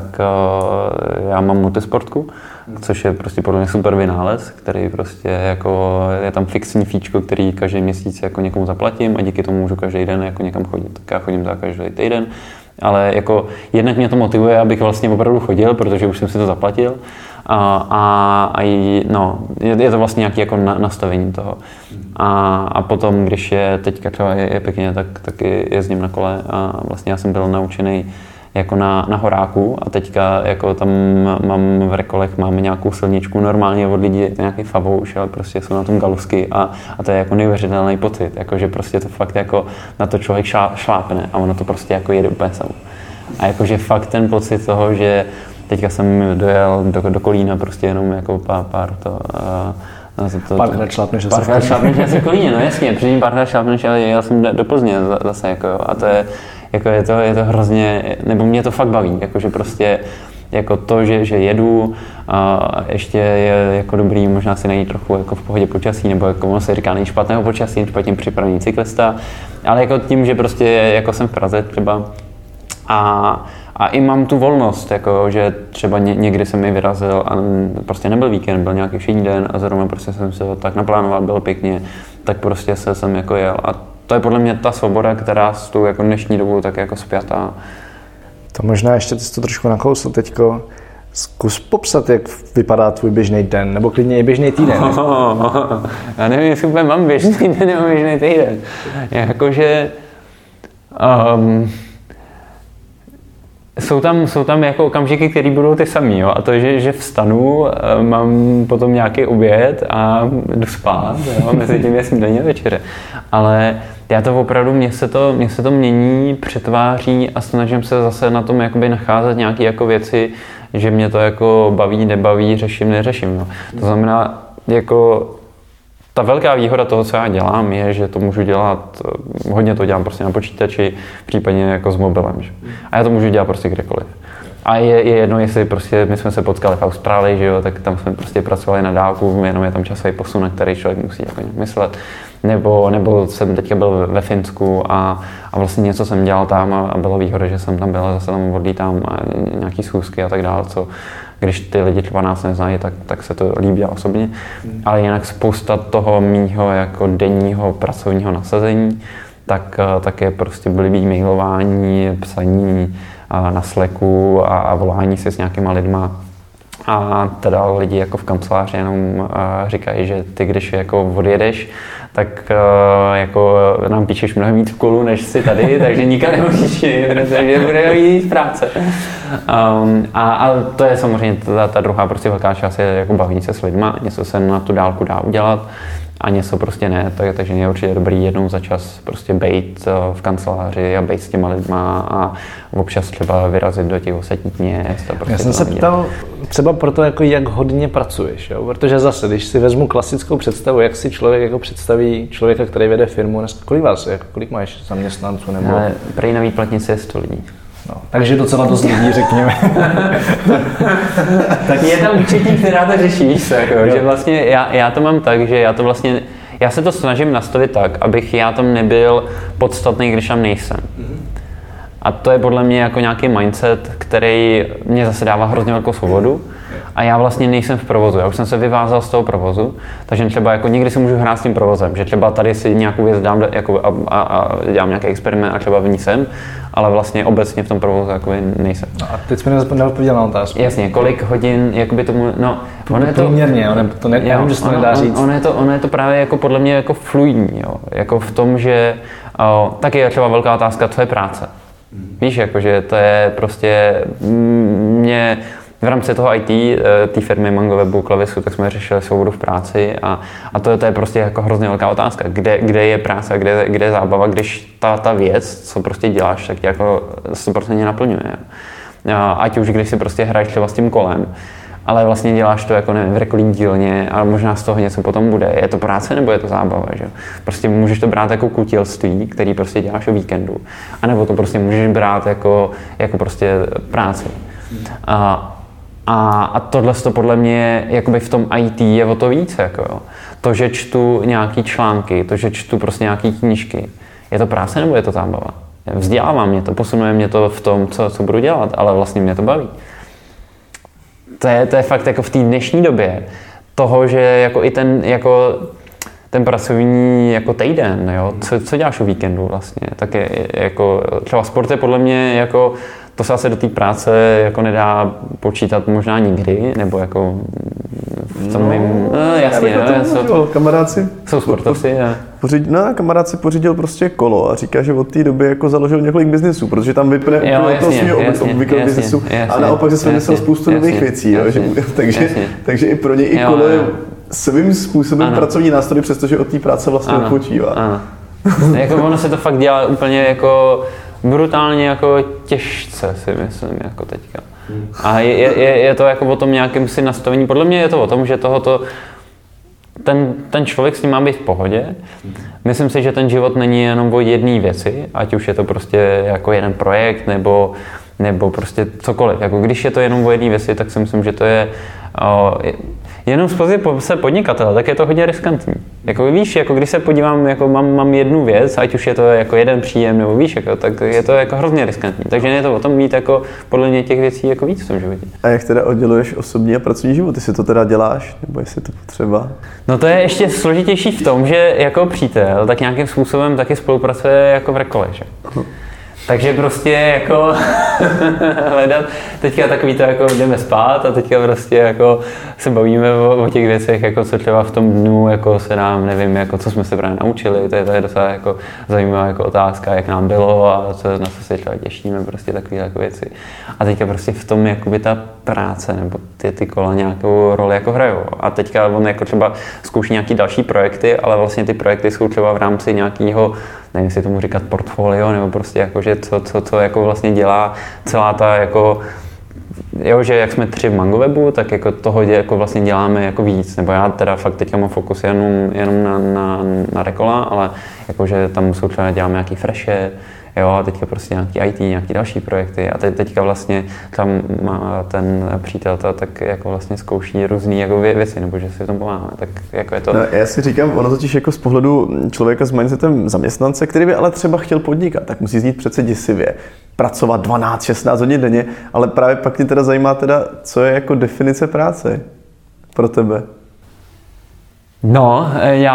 uh, já mám multisportku, což je prostě podle mě super vynález, který prostě jako je tam fixní fíčko, který každý měsíc jako někomu zaplatím a díky tomu můžu každý den jako někam chodit. Tak já chodím tak každý týden, ale jako jednak mě to motivuje, abych vlastně opravdu chodil, protože už jsem si to zaplatil a, a, a no, je, je to vlastně nějaké jako na, nastavení toho. A, a potom, když je teďka třeba je, je pěkně, tak taky jezdím na kole a vlastně já jsem byl naučený jako na, na horáku a teďka jako tam mám v Rekolech máme nějakou silničku, normálně od lidí je to nějaký favouš, ale prostě jsou na tom galusky a, a to je jako neuvěřitelný pocit, jako že prostě to fakt jako na to člověk šlá, šlápne a ono to prostě jako jede úplně samo. A jakože fakt ten pocit toho, že teďka jsem dojel do, do Kolína prostě jenom jako pár, pár to, a to, párkrát šlápneš asi Párkrát šlápneš asi Kolíně, no jasně, předtím párkrát šlápneš, ale jel jsem do Plzně zase jako jo, a to je jako je to, je to hrozně, nebo mě to fakt baví, jakože prostě jako to, že, že jedu a ještě je jako dobrý možná si najít trochu jako v pohodě počasí, nebo jako ono se říká není špatného počasí, špatně připravený cyklista, ale jako tím, že prostě jako jsem v Praze třeba a, a i mám tu volnost, jako že třeba ně, někdy jsem mi vyrazil a prostě nebyl víkend, byl nějaký všední den a zrovna prostě jsem se tak naplánoval, bylo pěkně, tak prostě se jsem jako jel a to je podle mě ta svoboda, která s tou jako dnešní dobou tak jako spjatá. To možná ještě ty jsi to trošku nakousl teďko. Zkus popsat, jak vypadá tvůj běžný den, nebo klidně i běžný týden. Oh, oh, oh. Já nevím, jestli úplně mám běžný den nebo běžný týden. Jakože um, jsou tam, jsou tam jako okamžiky, které budou ty samý, jo? A to je, že, že vstanu, mám potom nějaký oběd a jdu spát, jo? Mezi tím je snídaně večeře. Ale já to opravdu, mně se to, mně se to mění, přetváří a snažím se zase na tom jakoby nacházet nějaké jako věci, že mě to jako baví, nebaví, řeším, neřeším. Jo? To znamená, jako ta velká výhoda toho, co já dělám, je, že to můžu dělat, hodně to dělám prostě na počítači, případně jako s mobilem. Že? A já to můžu dělat prostě kdekoliv. A je, je jedno, jestli prostě my jsme se potkali v Austrálii, že jo, tak tam jsme prostě pracovali na dálku, jenom je tam časový posun, na který člověk musí jako myslet. Nebo, nebo jsem teďka byl ve Finsku a, a vlastně něco jsem dělal tam a, a bylo výhoda, že jsem tam byl, zase tam odlítám a nějaký schůzky a tak dále, co když ty lidi třeba nás neznají, tak, tak se to líbí osobně. Mm. Ale jinak spousta toho mýho jako denního pracovního nasazení tak, tak je prostě blbý mailování, psaní na Slacku a, a volání se s nějakýma lidma. A teda lidi jako v kanceláři jenom říkají, že ty, když jako odjedeš, tak uh, jako nám píšeš mnohem víc v kolu, než si tady, takže nikam nemůžeš jít, protože bude jít práce. Um, a, a to je samozřejmě ta, ta druhá prostě velká část, je jako bavit se s lidma, něco se na tu dálku dá udělat a něco prostě ne, tak, takže je určitě dobrý jednou za čas prostě bejt v kanceláři a bejt s těma lidma a občas třeba vyrazit do těch ostatních měst. Prostě Já jsem se ptal třeba proto, jako jak hodně pracuješ, jo? Protože zase, když si vezmu klasickou představu, jak si člověk jako představí člověka, který vede firmu, dneska, kolik vás, jako, kolik máš zaměstnanců? Nebo... Ale prej na výplatnici je sto lidí. No, takže docela dost lidí, řekněme. Tak je tam účetní, která to řeší, víš co, jako, že vlastně já, já to mám tak, že já to vlastně, já se to snažím nastavit tak, abych já tam nebyl podstatný, když tam nejsem. A to je podle mě jako nějaký mindset, který mě zase dává hrozně velkou svobodu. A já vlastně nejsem v provozu, já už jsem se vyvázal z toho provozu, takže třeba jako někdy si můžu hrát s tím provozem, že třeba tady si nějakou věc dám jako a, a, a dělám nějaký experiment a třeba v ní jsem, ale vlastně obecně v tom provozu jakoby nejsem. No a teď jsme neodpověděl na otázku. Jasně, kolik hodin, jakoby tomu, no, ono je to... Průměrně, ono, to ne, já vím, že se to nedá on, říct. Ono je to, ono je to právě jako podle mě jako fluidní, jo, jako v tom, že o, taky je třeba velká otázka, co je práce. Víš, jakože to je prostě mě... V rámci toho í té, té firmy MangoWebu, Klavisu, tak jsme řešili svobodu v práci a, a to, to je prostě jako hrozně velká otázka. Kde, kde je práce a kde, kde je zábava, když ta, ta věc, co prostě děláš, tak tě jako sto procent naplňuje. A ať už když si prostě hraješ třeba s tím kolem, ale vlastně děláš to jako nevím, v rekolní dílně a možná z toho něco potom bude. Je to práce nebo je to zábava, že? Prostě můžeš to brát jako kutilství, který prostě děláš o víkendu, anebo to prostě můžeš brát jako, jako prostě práci. A, A, a tohle to podle mě jakoby v tom í té je o to víc. Jako jo. To, že čtu nějaký články, to, že čtu prostě nějaký knížky, je to práce nebo je to zábava? Vzdělává mě to, posunuje mě to v tom, co, co budu dělat, ale vlastně mě to baví. To je, to je fakt jako v té dnešní době toho, že jako i ten, jako ten pracovní jako týden, jo? Co, co děláš o víkendu vlastně, tak je jako třeba sport je podle mě jako to se asi do té práce jako nedá počítat možná nikdy, nebo jako v tom no, mým, no jasně, no, jsou, kamaráci, jsou sportovci. A... Pořiď, no, kamarád si pořídil prostě kolo a říká, že od té doby jako založil několik biznesů, protože tam vypne úplně toho svého obvyklého biznesu a naopak se vymyslel spoustu jasně, nových věcí. Jasně, jo, že, takže, jasně. takže i pro ně i jo, kolo je jo. svým způsobem ano. pracovní nástroj, přestože od té práce vlastně odpočívá. Ano. Jako ono se to fakt dělá úplně jako brutálně jako těžce, si myslím, jako teďka. A je, je, je to jako o tom nějakém si nastavení, podle mě je to o tom, že tohoto, ten, ten člověk s ním má být v pohodě. Myslím si, že ten život není jenom o jedné věci, ať už je to prostě jako jeden projekt, nebo, nebo prostě cokoliv. Jako když je to jenom o jedné věci, tak si myslím, že to je o, jenom z pozice podnikatele, tak je to hodně riskantní. Jako víš, jako když se podívám, jako mám, mám jednu věc, ať už je to jako jeden příjem, nebo víš, jako, tak je to jako hrozně riskantní. Takže je to o tom mít jako podle mě těch věcí jako víc v tom životě. A jak teda odděluješ osobní a pracovní život? Jestli to teda děláš, nebo jestli to potřeba? No to je ještě složitější v tom, že jako přítel tak nějakým způsobem taky spolupracuje jako v Rekole, že? Takže prostě jako hledat, teďka takový to jako jdeme spát a teďka prostě jako se bavíme o, o těch věcech, jako co třeba v tom dnu jako se nám, nevím, jako co jsme se právě naučili, to je, to je docela jako zajímavá jako otázka, jak nám bylo a co, na co se třeba těšíme, prostě takové jako věci. A teďka prostě v tom jakoby ta práce nebo ty, ty kola nějakou roli jako hrajou. A teďka on jako třeba zkouší nějaký další projekty, ale vlastně ty projekty jsou třeba v rámci nějakého, nevím, jestli tomu říkat portfolio, nebo prostě jako, že co, co, co jako vlastně dělá celá ta jako, jo, že jak jsme tři v MangoWebu, tak jako toho jako vlastně děláme jako víc, nebo já teda fakt teďka mám fokus jenom, jenom na, na, na Rekola, ale jakože tam jsou třeba děláme nějaký freshe, jo, a teďka prostě nějaký í té, nějaký další projekty a teď, teďka vlastně tam má ten přítel ta, tak jako vlastně zkouší různý jako věci, nebo že si v tom pomáháme, tak jako je to... No, já si říkám, ono totiž jako z pohledu člověka s mindsetem zaměstnance, který by ale třeba chtěl podnikat, tak musí znít přece děsivě. Pracovat dvanáct šestnáct hodin denně, ale právě pak mě teda zajímá teda, co je jako definice práce pro tebe. No, já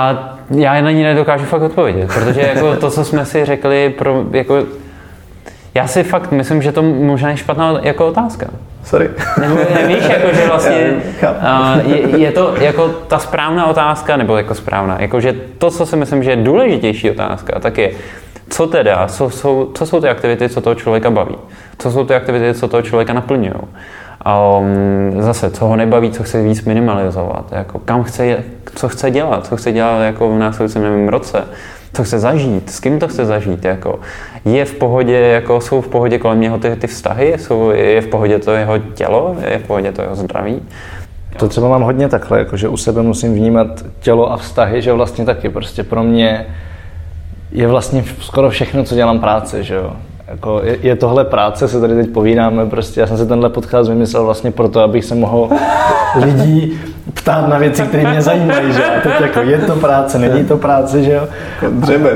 Já na ní nedokážu fakt odpovědět, protože jako to, co jsme si řekli, pro, jako, já si fakt myslím, že to možná je špatná jako otázka. Sorry. Nebo nevíš, jako, že vlastně uh, je, je to jako ta správná otázka, nebo jako správná, jako, že to, co si myslím, že je důležitější otázka, tak je, co teda, co jsou, co jsou ty aktivity, co toho člověka baví, co jsou ty aktivity, co toho člověka naplňují. Um, zase, co ho nebaví, co chce víc minimalizovat, jako, kam chce, co chce dělat, co chce dělat jako v následujícím nevím, roce, co chce zažít, s kým to chce zažít, jako, je v pohodě, jako, jsou v pohodě kolem něho ty, ty vztahy, jsou, je v pohodě to jeho tělo, je v pohodě to jeho zdraví. To třeba mám hodně takhle, jako, že u sebe musím vnímat tělo a vztahy, že vlastně taky prostě pro mě je vlastně skoro všechno, co dělám práce, že jo. Jako je, je tohle práce, se tady teď povídáme, prostě já jsem si tenhle podcast vymyslel vlastně proto, abych se mohl lidí ptát na věci, které mě zajímají, že a teď jako je to práce, není to práce, že jo. Dřeme,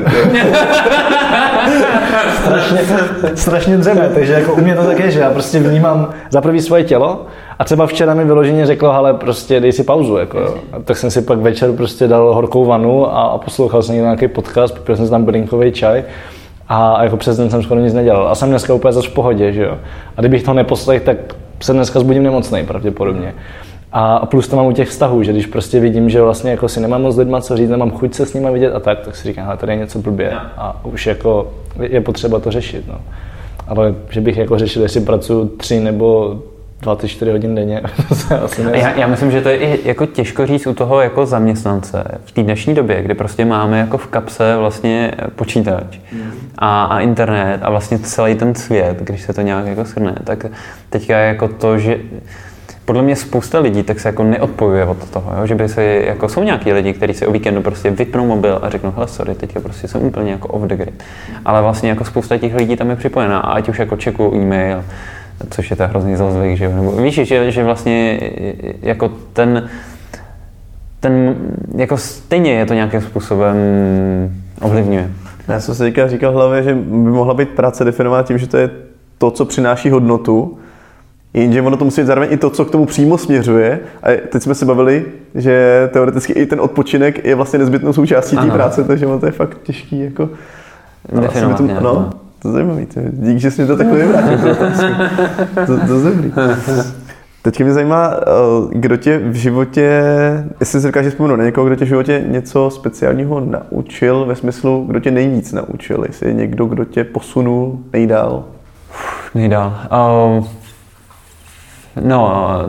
strašně, strašně dřeme, takže jako u mě to tak je, že já prostě vnímám za prvý svoje tělo a třeba včera mi vyloženě řeklo, hele, prostě dej si pauzu, jako jo. A tak jsem si pak večer prostě dal horkou vanu a, a poslouchal jsem nějaký podcast, protože jsem tam bylinkový čaj. A jako přes den jsem skoro nic nedělal. A jsem dneska úplně zase v pohodě, že jo. A kdybych to neposlech, tak se dneska zbudím nemocnej pravděpodobně. A plus to mám u těch vztahů, že když prostě vidím, že vlastně jako si nemám moc lidma co říct, nemám chuť se s nima vidět a tak, tak si říkám, hele, tady je něco blbě. A už jako je potřeba to řešit, no. Ale že bych jako řešil, jestli pracuji tři nebo dvacet čtyři hodin denně, to se asi ne. Já, já myslím, že to je i jako těžko říct u toho jako zaměstnance. V té dnešní době, kdy prostě máme jako v kapse vlastně počítač a, a internet a vlastně celý ten svět, když se to nějak jako shrne, tak teďka je jako to, že podle mě spousta lidí tak se jako neodpojuje od toho, jo? Že by se, jako jsou nějaký lidi, kteří si o víkendu prostě vypnou mobil a řeknou, hele sorry, teďka prostě jsem úplně jako off the grid. Ale vlastně jako spousta těch lidí tam je připojená, ať už jako checkují e-mail, což je to hrozný zlozvyk, že jo, nebo víš, že, že vlastně jako ten, ten, jako stejně je to nějakým způsobem ovlivňuje. Já jsem si teďka říkal v hlavě, že by mohla být práce definovaná tím, že to je to, co přináší hodnotu, jenže ono to musí být zároveň i to, co k tomu přímo směřuje. A teď jsme se bavili, že teoreticky i ten odpočinek je vlastně nezbytnou součástí té práce, takže ono to je fakt těžký jako definovat. Tu, no, to je zajímavý, díky, že jsi mi to takhle vybrátil. To, to, to je dobrý. Teď mě zajímá, kdo tě v životě, jestli si dokážeš vzpomenout na někoho, kdo tě v životě něco speciálního naučil, ve smyslu, kdo tě nejvíc naučil, jestli je někdo, kdo tě posunul nejdál? Nejdál. Uh, no, uh,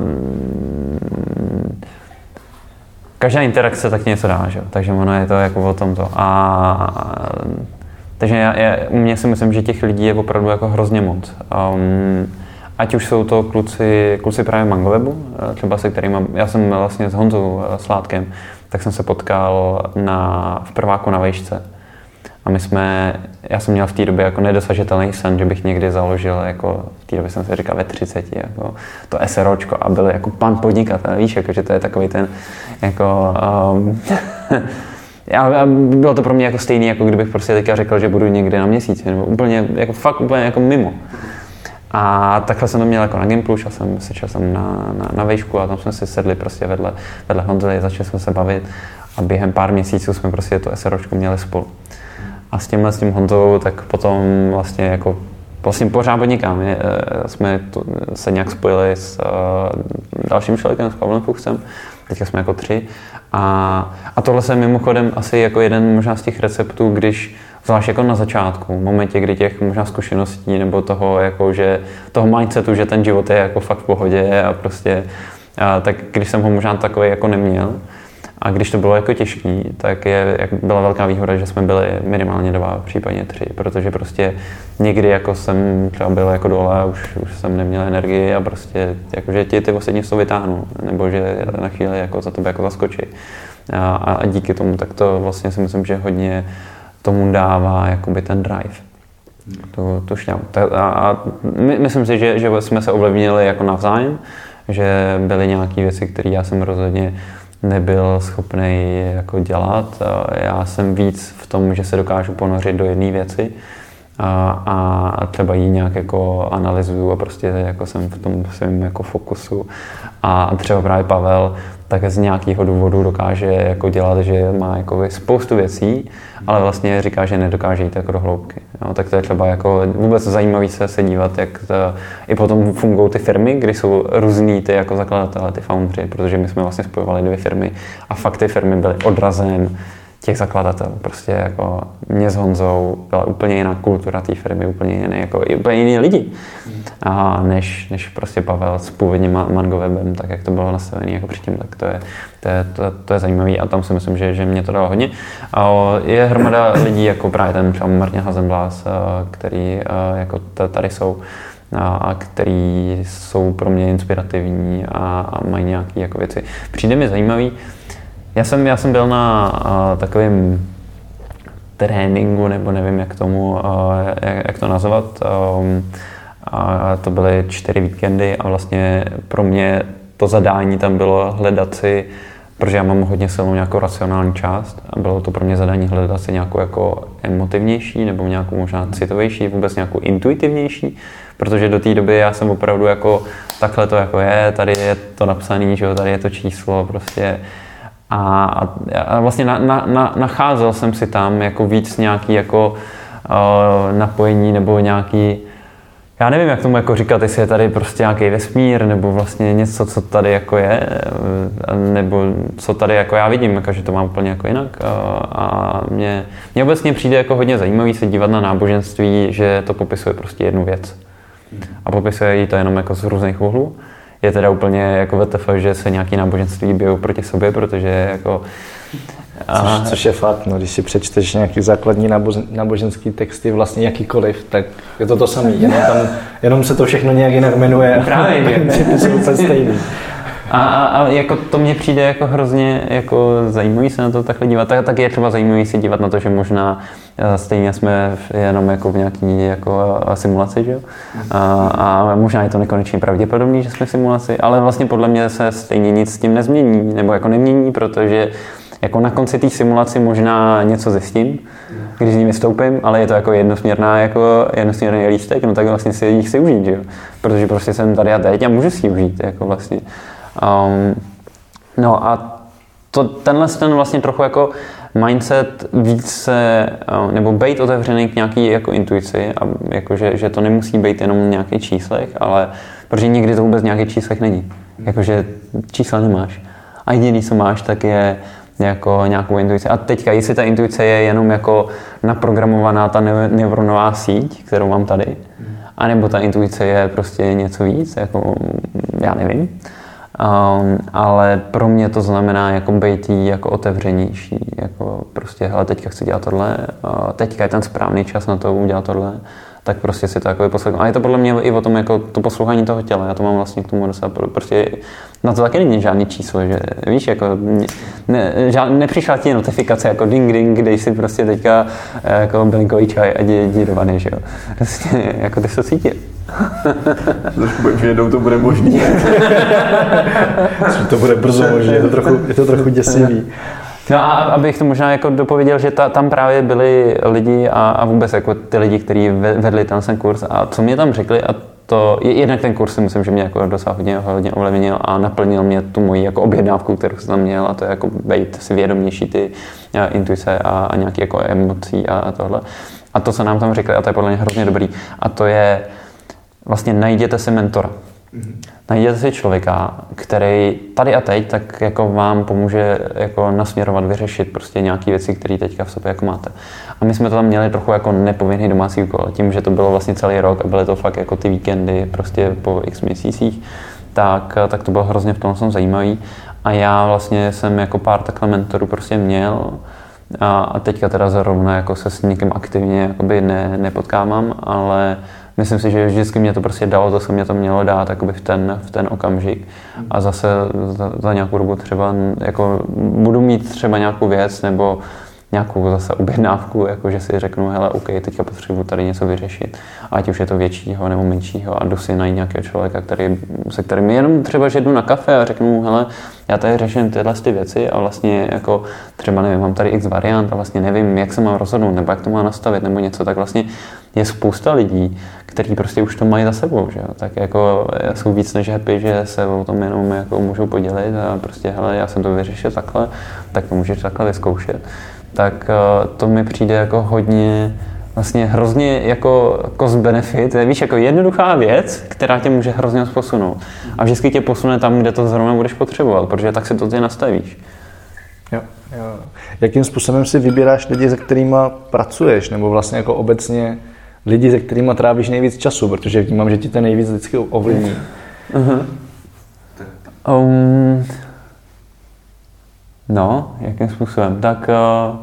každá interakce tak něco dá, že? Takže ono je to jako o tomto. A, takže já, já, u mě si myslím, že těch lidí je opravdu jako hrozně moc. Um, ať už jsou to kluci, kluci právě Mangowebu, třeba se kterýma, já jsem vlastně s Honzou Sládkem, tak jsem se potkal na, v prváku na vejšce. A my jsme, já jsem měl v té době jako nedosažitelný sen, že bych někdy založil, jako v té době jsem si říkal ve třiceti, jako to SROčko a byl jako pan podnikatel, víš, jako, že to je takový ten, jako, um, a bylo to pro mě jako stejný, jako kdybych prostě teďka řekl, že budu někde na měsíc, nebo úplně, jako fakt úplně jako mimo. A takhle jsem to měl jako na Gimplu, šel jsem, sečel jsem na, na, na vejšku a tam jsme si sedli prostě vedle, vedle Honzy, začali jsme se bavit a během pár měsíců jsme prostě to SROčko měli spolu. A s tímhle s tím Honzou tak potom vlastně jako vlastně pořád podnikám. Je, jsme to, se nějak spojili s uh, dalším člověkem, s Pavlem Fuchsem, teďka jsme jako tři. A, a tohle se mimochodem asi jako jeden možná z těch receptů, když zvlášť jako na začátku, v momentě, kdy těch možná zkušeností nebo toho, jako, že, toho mindsetu, že ten život je jako fakt v pohodě a prostě, a, tak když jsem ho možná takový jako neměl a když to bylo jako těžký, tak je, jak byla velká výhoda, že jsme byli minimálně dva, případně tři, protože prostě někdy jako jsem třeba byl jako dole, už, už jsem neměl energii a prostě jakože ti ty ostatní to vytáhnou, nebo že na chvíli jako za tebe jako zaskočí. A, a díky tomu tak to vlastně si myslím, že hodně tomu dává jakoby ten drive, tu, tu šňavu. A, a my, myslím si, že, že jsme se ovlivnili jako navzájem, že byly nějaké věci, které já jsem rozhodně nebyl schopný jako dělat. Já jsem víc v tom, že se dokážu ponořit do jedné věci a, a třeba ji nějak jako analyzuju a prostě jako jsem v tom svém jako fokusu A třeba právě Pavel tak z nějakého důvodu dokáže jako dělat, že má jako spoustu věcí, ale vlastně říká, že nedokáže jít jako do hloubky. Jo, tak to je třeba jako vůbec zajímavý se, se dívat, jak to, i potom fungují ty firmy, kdy jsou různý ty jako zakladatelé, ty foundry, protože my jsme vlastně spojovali dvě firmy a fakt ty firmy byly odrazem těch zakladatelů. Prostě jako mě s Honzou byla úplně jiná kultura té firmy, úplně jiný, jako, úplně jiný lidi, a než, než prostě Pavel s původním Mangowebem, tak jak to bylo nastavené jako předtím, tak to je, to je, to, to je zajímavý a tam si myslím, že, že mě to dalo hodně. A je hromada lidí, jako právě ten třeba Martin Hasenblas, který jako tady jsou a který jsou pro mě inspirativní a, a mají nějaké jako věci. Přijde mi zajímavý. Já jsem, já jsem byl na uh, takovém tréninku, nebo nevím, jak tomu, uh, jak, jak to nazvat. Um, a to byly čtyři víkendy a vlastně pro mě to zadání tam bylo hledat si, protože já mám hodně silnou nějakou racionální část a bylo to pro mě zadání hledat si nějakou jako emotivnější nebo nějakou možná citovější, vůbec nějakou intuitivnější, protože do té doby já jsem opravdu jako takhle to jako je, tady je to napsané, že jo, tady je to číslo, prostě. A, a vlastně na, na, na, nacházel jsem si tam jako víc nějaký jako uh, napojení nebo nějaký, já nevím, jak tomu jako říkat, jestli je tady prostě nějaký vesmír nebo vlastně něco, co tady jako je, nebo co tady jako já vidím, jako, že to mám úplně jako jinak. Uh, a mě, mě obecně přijde jako hodně zajímavý se dívat na náboženství, že to popisuje prostě jednu věc. A popisuje jí to jenom jako z různých úhlů. Je teda úplně jako W T F, že se nějaký náboženství bijou proti sobě, protože jako... A... Což, což je fakt, no, když si přečteš nějaký základní nábož, náboženský texty, vlastně jakýkoliv, tak je to to samé, jenom, tam, jenom se to všechno nějak jinak jmenuje. Právě, principy jsou úplně stejný. A, a, a jako to mně přijde jako hrozně jako zajímavý se na to takhle dívat. Tak, tak je třeba zajímavý se dívat na to, že možná stejně jsme jenom jako v nějaký jako simulaci, že jo? A, a možná je to nekonečně pravděpodobný, že jsme v simulaci, ale vlastně podle mě se stejně nic s tím nezmění, nebo jako nemění, protože jako na konci té simulaci možná něco zjistím, když z ní vystoupím, ale je to jako jednosměrná, jako jednosměrný lístek, no tak vlastně si jich chci užít, že jo? Protože prostě jsem tady a teď a můžu si ji užít, jako vlastně. Um, no a to, tenhle ten vlastně trochu jako mindset více, nebo být otevřený k nějaký jako intuici, a jako že, že to nemusí být jenom nějaký číslech, ale protože nikdy to vůbec nějaký číslech není. Jakože čísla nemáš. A jediný, co máš, tak je jako nějakou intuici. A teďka, jestli ta intuice je jenom jako naprogramovaná ta neuronová síť, kterou mám tady, anebo ta intuice je prostě něco víc, jako já nevím. Um, ale pro mě to znamená jako být jí jako otevřenější, jako prostě, hele, teďka chci dělat tohle, uh, teďka je ten správný čas na to udělat tohle, tak prostě si to jako poslouchám. A je to podle mě i o tom jako to poslouchání toho těla, já to mám vlastně k tomu docela, prostě na to taky není žádný číslo, že víš, jako ne, žád, nepřišla ti notifikace jako ding ding, dej si prostě teďka jako bylinkový čaj a jdi do vany, že jo. Prostě jako ty se cítil. Trošku bojím, že jednou to bude možný. To bude brzo možný, je to trochu, je to trochu děsivý. No a abych to možná jako dopověděl, že ta, tam právě byli lidi a, a vůbec jako ty lidi, kteří vedli ten, ten kurz a co mě tam řekli, a to jednak ten kurz si myslím, že mě jako docela hodně, hodně ovlivnil a naplnil mě tu moji jako objednávku, kterou jsem tam měl, a to je jako být si vědomější ty intuice a, a nějaké jako emocí a, a tohle. A to, co nám tam řekli, a to je podle mě hrozně dobrý, a to je vlastně najděte si mentora. Mm-hmm. Najděte si člověka, který tady a teď tak jako vám pomůže jako nasměrovat, vyřešit prostě nějaké věci, které teďka v sobě jako máte. A my jsme to tam měli trochu jako nepovinný domácí úkol, tím, že to bylo vlastně celý rok a byly to fakt jako ty víkendy prostě po x měsících, tak, tak to bylo hrozně v tom jsem zajímavý. A já vlastně jsem jako pár takhle mentorů prostě měl a, a teďka teda zrovna jako se s někým aktivně jakoby ne, nepotkávám, ale myslím si, že vždycky mě to prostě dalo, to se mě to mělo dát v ten, v ten okamžik. A zase za, za nějakou dobu třeba jako budu mít třeba nějakou věc nebo nějakou zase objednávku, jako že si řeknu, hele, OK, teďka potřebuji tady něco vyřešit. Ať už je to většího nebo menšího a jdu si najít nějakého člověka, který, se kterým jenom třeba jdu na kafe a řeknu, hele, Já tady řeším tyhle ty věci a vlastně jako třeba nevím, mám tady x variant a vlastně nevím, jak se mám rozhodnout, nebo jak to mám nastavit, nebo něco, tak vlastně je spousta lidí, kteří prostě už to mají za sebou, že jo? Tak jako jsou víc než happy, že se o tom jenom jako můžou podělit a prostě hele, já jsem to vyřešil takhle, tak to můžeš takhle vyzkoušet. Tak to mi přijde jako hodně, vlastně hrozně jako cost benefit, víš, jako jednoduchá věc, která tě může hrozně posunout. A vždycky tě posune tam, kde to zrovna budeš potřebovat, protože tak si to ty nastavíš. Jo, jo. Jakým způsobem si vybíráš lidi, se kterými pracuješ, nebo vlastně jako obecně lidi, se kterými trávíš nejvíc času, protože vnímám, že ti to nejvíc vždycky ovlivní. Uh-huh. Um, no, jakým způsobem? Tak uh,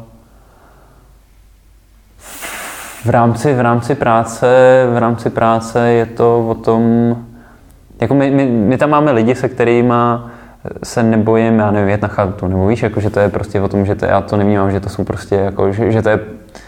v rámci, v rámci práce, v rámci práce je to o tom, jako my, my, my tam máme lidi, se kterými se nebojím, já nevím, jet na chatu, nebo víš, jako, že to je prostě o tom, že to, já to nevnímám, že to jsou prostě, jako, že, že to je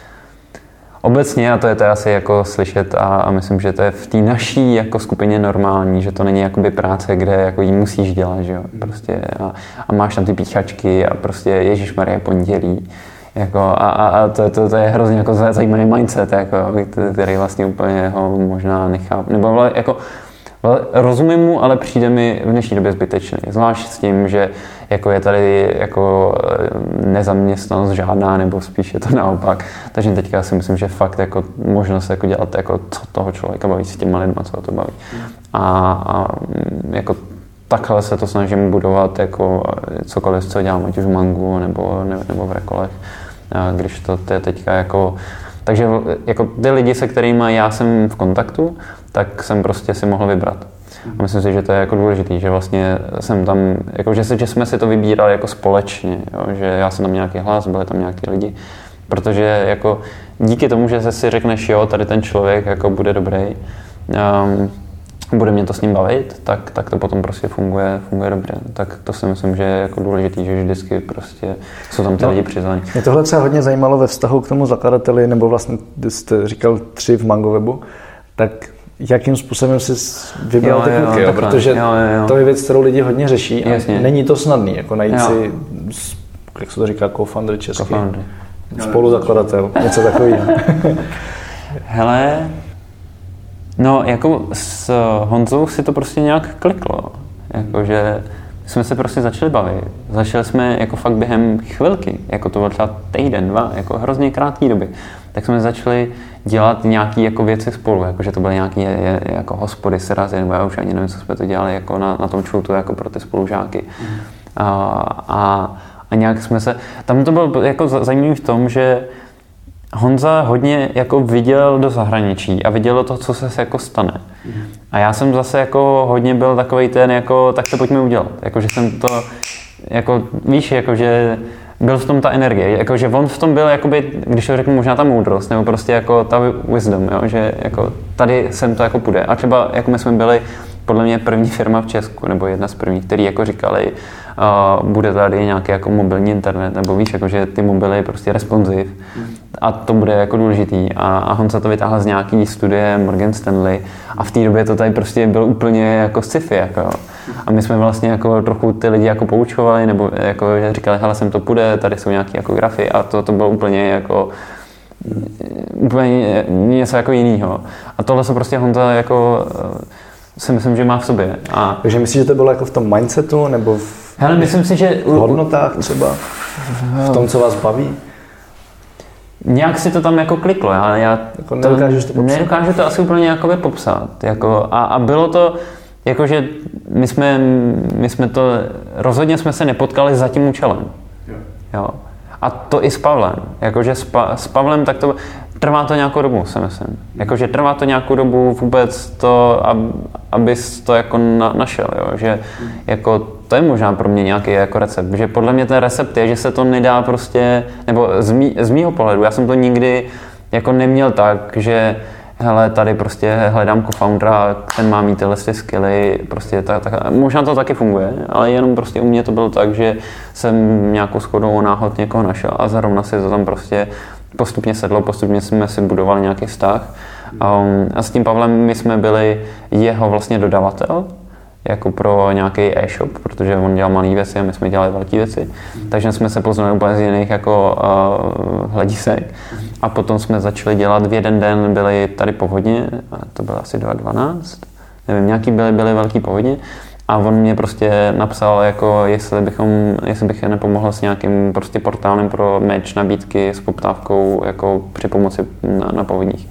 obecně, a to je to asi jako slyšet a, a myslím, že to je v té naší jako skupině normální, že to není jakoby práce, kde jako jí musíš dělat, že jo, prostě a, a máš tam ty píchačky a prostě ježišmarja pondělí, jako a, a, a to, to, to je hrozně jako zajímavý mindset, jako, který vlastně úplně ho možná nechápu, nebo jako rozumím mu, ale přijde mi v dnešní době zbytečný. Zvlášť s tím, že jako je tady jako nezaměstnanost žádná, nebo spíš je to naopak. Takže teďka si myslím, že fakt jako možnost jako dělat, jako, co toho člověka baví s těma lidma, co ho to baví. A, a jako takhle se to snažím budovat jako cokoliv, co dělám, ať už v Mangu nebo, nebo, nebo v Rekolech. A když to je teďka jako... Takže jako ty lidi, se kterými já jsem v kontaktu, tak jsem prostě si mohl vybrat. A myslím si, že to je jako důležitý, že vlastně jsem tam, jako že, že jsme si to vybírali jako společně, jo? Že já jsem tam nějaký hlas, byli tam nějaký lidi, protože jako díky tomu, že si řekneš, jo, tady ten člověk jako bude dobrý, um, bude mě to s ním bavit, tak, tak to potom prostě funguje, funguje dobře. Tak to si myslím, že je jako důležitý, že vždycky prostě jsou tam ty no, lidi přizvaní. Mě tohle třeba hodně zajímalo ve vztahu k tomu zakladateli, nebo vlastně jste říkal tři v MangoWebu, tak jakým způsobem jsi vybral ty kluky, jo, protože jo, jo, jo. to je věc, kterou lidi hodně řeší a Jasně. není to snadný, jako najít jo. si, jak se to říká, co-founder česky, co-founder. spoluzakladatel, něco takového. Hele, no jako s Honzou si to prostě nějak kliklo, jakože jsme se prostě začali bavit. Začali jsme jako fakt během chvilky, jako to bylo třeba týden, dva, jako hrozně krátký doby. Tak jsme začali dělat nějaké jako věci spolu, jakože to byly nějaké jako hospody, srazy, nebo já už ani nevím, co jsme to dělali jako na, na tom čultu jako pro ty spolužáky. Mm. A, a, a nějak jsme se, tam to bylo jako zajímavé v tom, že Honza hodně jako viděl do zahraničí a viděl to, co se jako stane. Mm. A já jsem zase jako hodně byl takovej ten jako, tak to pojďme udělat. Jakože jsem to, jako víš, jakože byl v tom ta energie, jakože on v tom byl, jakoby, když to řeknu, možná ta moudrost, nebo prostě jako ta wisdom, jo? Že jako tady sem to jako půjde. A třeba jako my jsme byli podle mě první firma v Česku, nebo jedna z prvních, který jako říkali, uh, bude tady nějaký jako mobilní internet, nebo víš, jako, že ty mobily prostě responsive a to bude jako důležitý. A, a Honza to vytáhl z nějaký studie Morgan Stanley a v té době to tady prostě byl úplně jako sci-fi, jako. A my jsme vlastně jako trochu ty lidi jako poučovali, nebo jako říkali, hele, sem to půjde, tady jsou nějaké jako grafy a to, to bylo úplně jako úplně něco jako jinýho. A tohle se prostě Honza jako si myslím, že má v sobě. A takže myslíš, že to bylo jako v tom mindsetu, nebo v, hele, myslím si, že v hodnotách třeba? V tom, co vás baví? Nějak si to tam jako kliklo, ale já jako nedokážu to, to nedokážu to asi úplně jakoby popsat. Jako, a, a bylo to, jakože my jsme, my jsme to, rozhodně jsme se nepotkali za tím účelem. Jo. Jo. A to i s Pavlem. Jakože s, pa, s Pavlem tak to, trvá to nějakou dobu, si myslím. Jakože trvá to nějakou dobu vůbec to, ab, abys to jako na, našel, jo. Že jako to je možná pro mě nějaký jako recept, že podle mě ten recept je, že se to nedá prostě, nebo z, mý, z mýho pohledu, já jsem to nikdy jako neměl tak, že hele, tady prostě hledám co-foundera, ten má mít tyhle skilly, prostě tak, tak, možná to taky funguje, ale jenom prostě u mě to bylo tak, že jsem nějakou shodou náhod někoho našel a zrovna si to tam prostě postupně sedlo, postupně jsme si budovali nějaký vztah. Um, a s tím Pavlem my jsme byli jeho vlastně dodavatel, jako pro nějaký e-shop, protože on dělal malé věci a my jsme dělali velké věci. Takže jsme se poznali úplně z jiných jako uh, hledisek. A potom jsme začali dělat, v jeden den byly tady povodně, a to bylo asi dva tisíce dvanáct, nevím, nějaký byly, byly velký povodně. A on mě prostě napsal, jako jestli, bychom, jestli bych je nepomohl s nějakým prostě portálem pro merch nabídky s poptávkou jako při pomoci na, na povodních.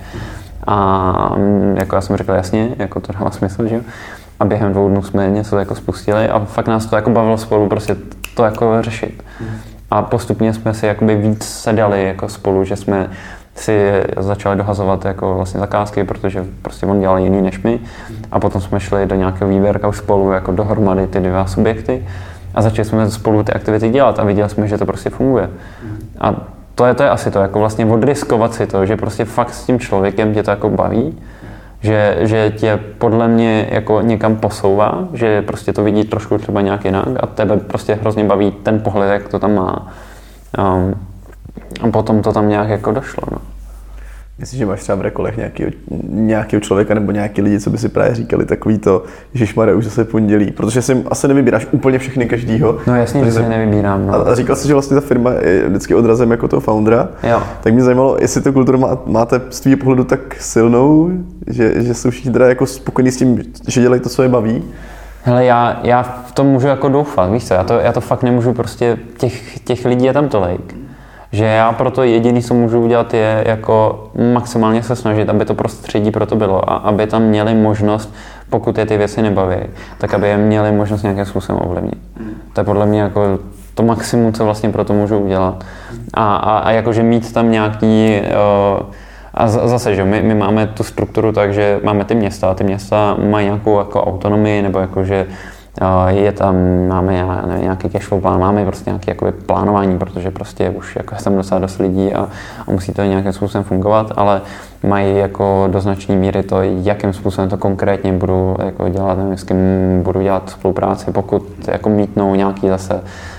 A jako já jsem řekl jasně, jako to dává smysl, že jo. A během dvou dnů jsme něco jako spustili a fakt nás to jako bavilo spolu prostě to jako řešit. A postupně jsme si jakoby víc sedali jako spolu, že jsme si začali dohazovat jako vlastně zakázky, protože prostě on dělal jiný než my. A potom jsme šli do nějakého výběrka už spolu jako dohromady ty dva subjekty a začali jsme spolu ty aktivity dělat a viděli jsme, že to prostě funguje. A to je, to je asi to, jako vlastně odriskovat si to, že prostě fakt s tím člověkem tě to jako baví, že, že tě podle mě jako někam posouvá, že prostě to vidí trošku třeba nějak jinak a tebe prostě hrozně baví ten pohled, jak to tam má. Um, a potom to tam nějak jako došlo, no. Myslíš, že máš třeba v rekolech nějakého, nějakého člověka nebo nějaký lidi, co by si právě říkali takový to, ježišmarja, už zase pondělí, protože si asi nevybíráš úplně všechny každýho. No jasně, že si nevybírám. No. A říkal jsi, že vlastně ta firma je vždycky odrazem jako toho foundera. Jo. Tak mě zajímalo, jestli tu kulturu má, máte z tvýho pohledu tak silnou, že, že jsou všichni teda jako spokojení s tím, že dělají to, co je baví. Hele, já, já v tom můžu jako doufat, víš co, já to, já to fakt nemůžu, prostě těch, těch lidí je tam tolik, že já proto jediný, co můžu udělat, je jako maximálně se snažit, aby to prostředí pro to bylo a aby tam měli možnost, pokud je ty věci nebaví, tak aby je měli možnost nějakým způsobem ovlivnit. To je podle mě jako to maximum, co vlastně pro to můžu udělat. A, a, a jakože mít tam nějaký... Uh, a zase, že my, my máme tu strukturu tak, že máme ty města, ty města mají nějakou jako autonomii, nebo jakože je tam, máme nevím, nějaký cashflow plán, máme prostě nějaké jakoby plánování, protože prostě už jako je tam docela dost lidí a, a musí to nějakým způsobem fungovat, ale mají jako do značné míry to, jakým způsobem to konkrétně budu jako dělat, nevím, s kým budu dělat spolupráci, pokud jako mítnou nějaký zase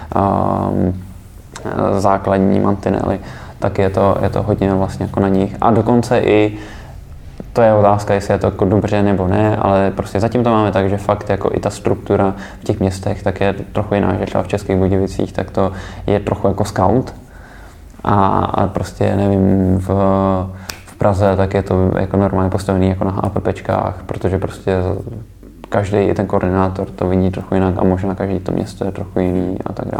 um, základní mantinely, tak je to, je to hodně vlastně jako na nich. A dokonce i to je otázka, jestli je to jako dobře nebo ne, ale prostě zatím to máme tak, že fakt jako i ta struktura v těch městech tak je trochu jiná, že třeba v Českých Budějovicích tak to je trochu jako scout a, a prostě nevím, v, v Praze tak je to jako normálně postavený jako na HPPčkách, protože prostě každý i ten koordinátor to vidí trochu jinak a možná každý to město je trochu jiný a tak dále.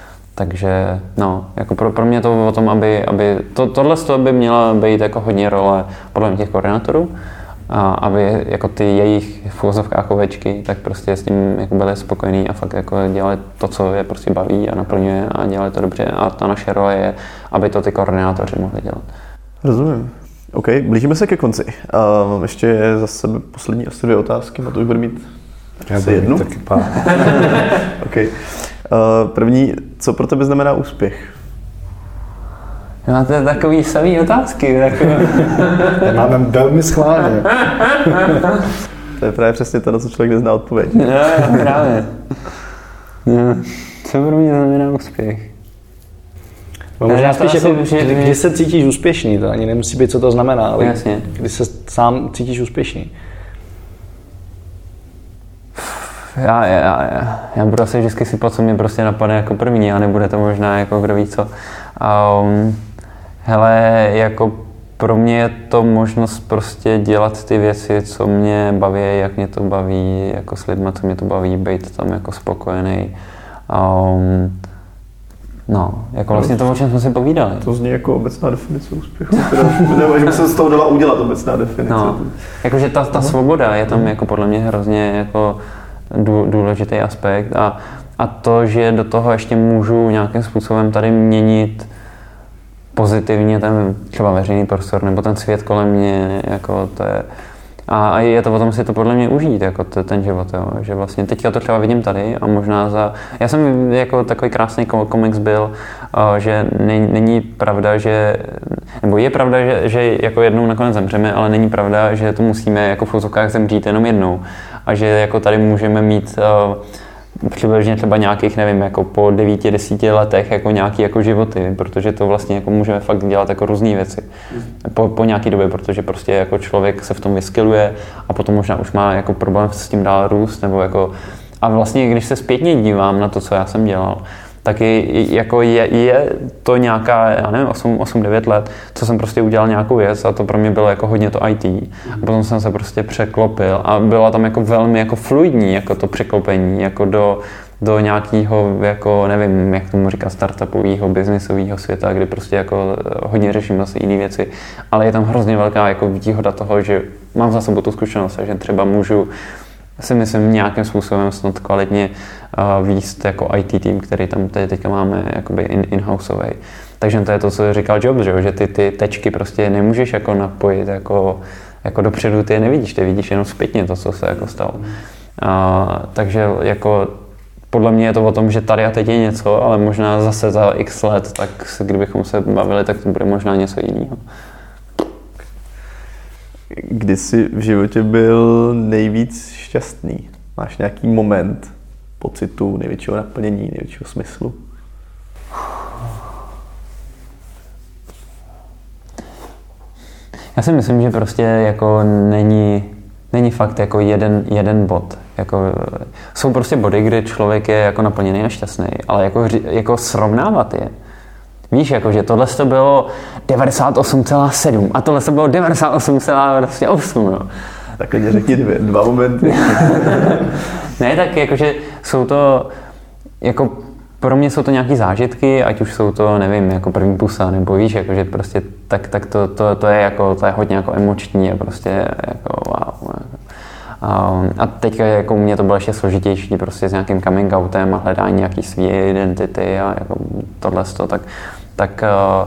Takže no, jako pro, pro mě to o tom, aby, aby to, tohle by měla být jako hodně role podle mě těch koordinátorů, a aby jako ty jejich v uvozovkách ovečky, tak prostě s tím jako byli spokojení a fakt jako dělali to, co je prostě baví a naplňuje a dělali to dobře a ta naše role je, aby to ty koordinátoři mohli dělat. Rozumím. OK, blížíme se ke konci. A mám ještě za sebe poslední asi dvě otázky, na to už budu mít asi jednu. Taky pár. OK. Uh, první, co pro tebe znamená úspěch? Máte takový samý otázky. Máme velmi schválně. To je právě přesně to, na co člověk nezná odpověď. No, právě. No, co pro mě znamená úspěch? No, možná spíš jako, kdy, kdy se cítíš úspěšný, to ani nemusí být, co to znamená, ale jasně. Kdy se sám cítíš úspěšný. Já, já, já, já budu asi vždycky sypat, co mě prostě napadne jako první a nebude to možná jako kdo ví co. Um, hele, jako pro mě je to možnost prostě dělat ty věci, co mě baví, jak mě to baví, jako s lidma, co mě to baví, být tam jako spokojený. Um, no, jako vlastně to, o čem jsme si povídali. To zní jako obecná definice úspěchu. Že by se z toho dala udělat obecná definice. No, jakože ta, ta svoboda je tam jako podle mě hrozně jako důležitý aspekt a, a to, že do toho ještě můžu nějakým způsobem tady měnit pozitivně ten třeba veřejný prostor nebo ten svět kolem mě, jako to je, a, a je to o tom si to podle mě užít, jako to, ten život, jo, že vlastně teďka to třeba vidím tady a možná za, já jsem jako takový krásný komiks byl, že není, není pravda, že, nebo je pravda, že, že jako jednou nakonec zemřeme, ale není pravda, že to musíme jako v fouzovkách zemřít jenom jednou a že jako tady můžeme mít přibližně třeba nějakých, nevím, jako po devíti, desíti letech jako nějaký jako životy, protože to vlastně jako můžeme fakt dělat jako různé věci po, po nějaký době, protože prostě jako člověk se v tom vyskyluje a potom možná už má jako problém s tím dál růst, nebo jako a vlastně když se zpětně dívám na to, co já jsem dělal, tak je, jako je, je to nějaká, já nevím, osm devět let, co jsem prostě udělal nějakou věc a to pro mě bylo jako hodně to í té. A potom jsem se prostě překlopil a byla tam jako velmi jako fluidní jako to překlopení jako do, do nějakého, jako nevím, jak tomu říká, startupového, biznisového světa, kdy prostě jako hodně řeším zase jiné věci, ale je tam hrozně velká jako výhoda toho, že mám za sebou tu zkušenost, že třeba můžu si myslím nějakým způsobem snad kvalitně uh, výst jako í té tým, který tam teď teďka máme jakoby in, in-houseovej. Takže to je to, co říkal Jobs, že, že ty, ty tečky prostě nemůžeš jako napojit jako, jako dopředu, ty je nevidíš, ty vidíš jenom zpětně to, co se jako stalo. Uh, takže jako podle mě je to o tom, že tady a teď je něco, ale možná zase za x let, tak kdybychom se bavili, tak to bude možná něco jiného. Kdy jsi v životě byl nejvíc šťastný? Máš nějaký moment pocitu největšího naplnění, největšího smyslu? Já si myslím, že prostě jako není, není fakt jako jeden, jeden bod. Jako, jsou prostě body, kdy člověk je jako naplněný a šťastný, ale jako, jako srovnávat je. Víš, jako, že tohle to bylo devadesát osm celá sedm a tohle to bylo devadesát osm celá osm. Jo. Tak klidně řekni dvě, dva momenty. Ne, tak jakože jsou to, jako pro mě jsou to nějaký zážitky, ať už jsou to, nevím, jako první pusa, nebo víš, jakože prostě tak, tak to, to, to, je jako, to je hodně jako emoční a prostě jako wow. A, a teďka jako u mě to bylo ještě složitější prostě s nějakým coming outem a hledání nějaký své identity a jako tohle tak, tak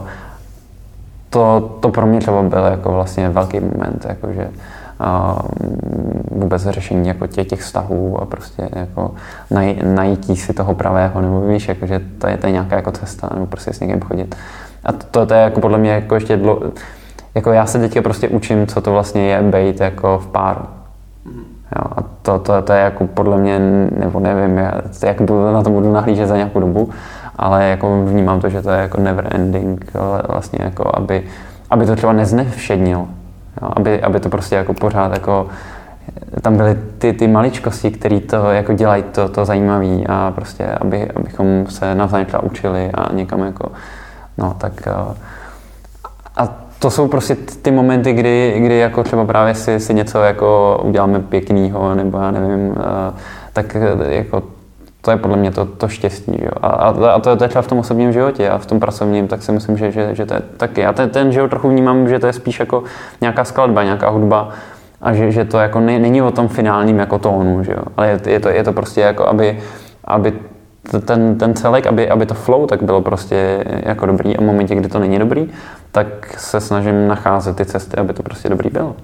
to, to pro mě třeba byl jako vlastně velký moment, jakože vůbec řešení jako těch, těch vztahů a prostě jako naj, najítí si toho pravého, nebo víš, jakože to je, to je nějaká jako cesta, nebo prostě s někým chodit. A to, to je jako podle mě jako ještě dlouho, jako já se teďka prostě učím, co to vlastně je být jako v páru. Jo, a to, to, to je jako podle mě, nebo nevím, jak na to budu nahlížet za nějakou dobu, ale jako vnímám to, že to je jako never ending, vlastně jako aby, aby to třeba neznevšednilo. Jo, aby, aby to prostě jako pořád jako, tam byly ty, ty maličkosti, které to jako dělají to, to zajímavé a prostě, aby, abychom se navzájem třeba učili a někam jako, no tak a to jsou prostě ty momenty, kdy, kdy jako třeba právě si, si něco jako uděláme pěknýho, nebo já nevím, tak jako to je podle mě to, to štěstí. Jo. A, a to, to je třeba v tom osobním životě a v tom pracovním, tak si myslím, že, že, že to je taky. Já ten, ten život trochu vnímám, že to je spíš jako nějaká skladba, nějaká hudba a že, že to jako ne, není o tom finálním jako tónu, že jo. Ale je, je, to, je to prostě jako, aby, aby ten, ten celek, aby, aby to flow tak bylo prostě jako dobrý a v momentě, kdy to není dobrý, tak se snažím nacházet ty cesty, aby to prostě dobrý bylo.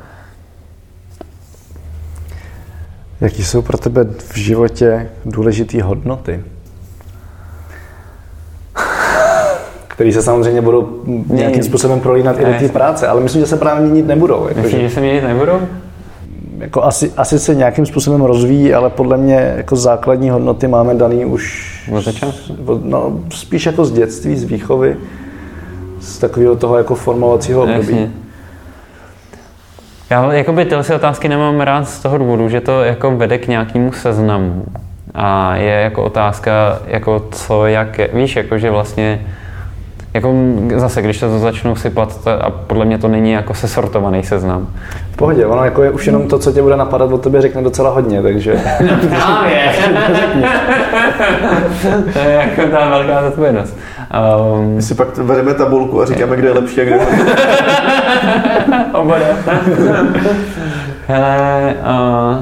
Jaký jsou pro tebe v životě důležité hodnoty? Které se samozřejmě budou nějakým způsobem prolínat i do té práce, ale myslím, že se právě měnit nebudou. Jako Myslíš, že se měnit nebudou? Jako asi, asi se nějakým způsobem rozvíjí, ale podle mě jako základní hodnoty máme daný už no, spíš jako z dětství, z výchovy, z takového toho jako formovacího období. Já jakoby tyhle si otázky nemám rád z toho důvodu, že to jako vede k nějakému seznamu. A je jako otázka, jako co, jak, víš, jako že vlastně, jako zase, když to začnu sypat, to, a podle mě to není jako sesortovaný seznam. V pohodě, ono jako je už jenom to, co tě bude napadat, o tobě řekne docela hodně, takže... Právě! To je jako ta velká zodpovědnost. Um, My si pak vedeme tabulku a říkáme, kde je lepší a kde je Oboda. Hele, uh,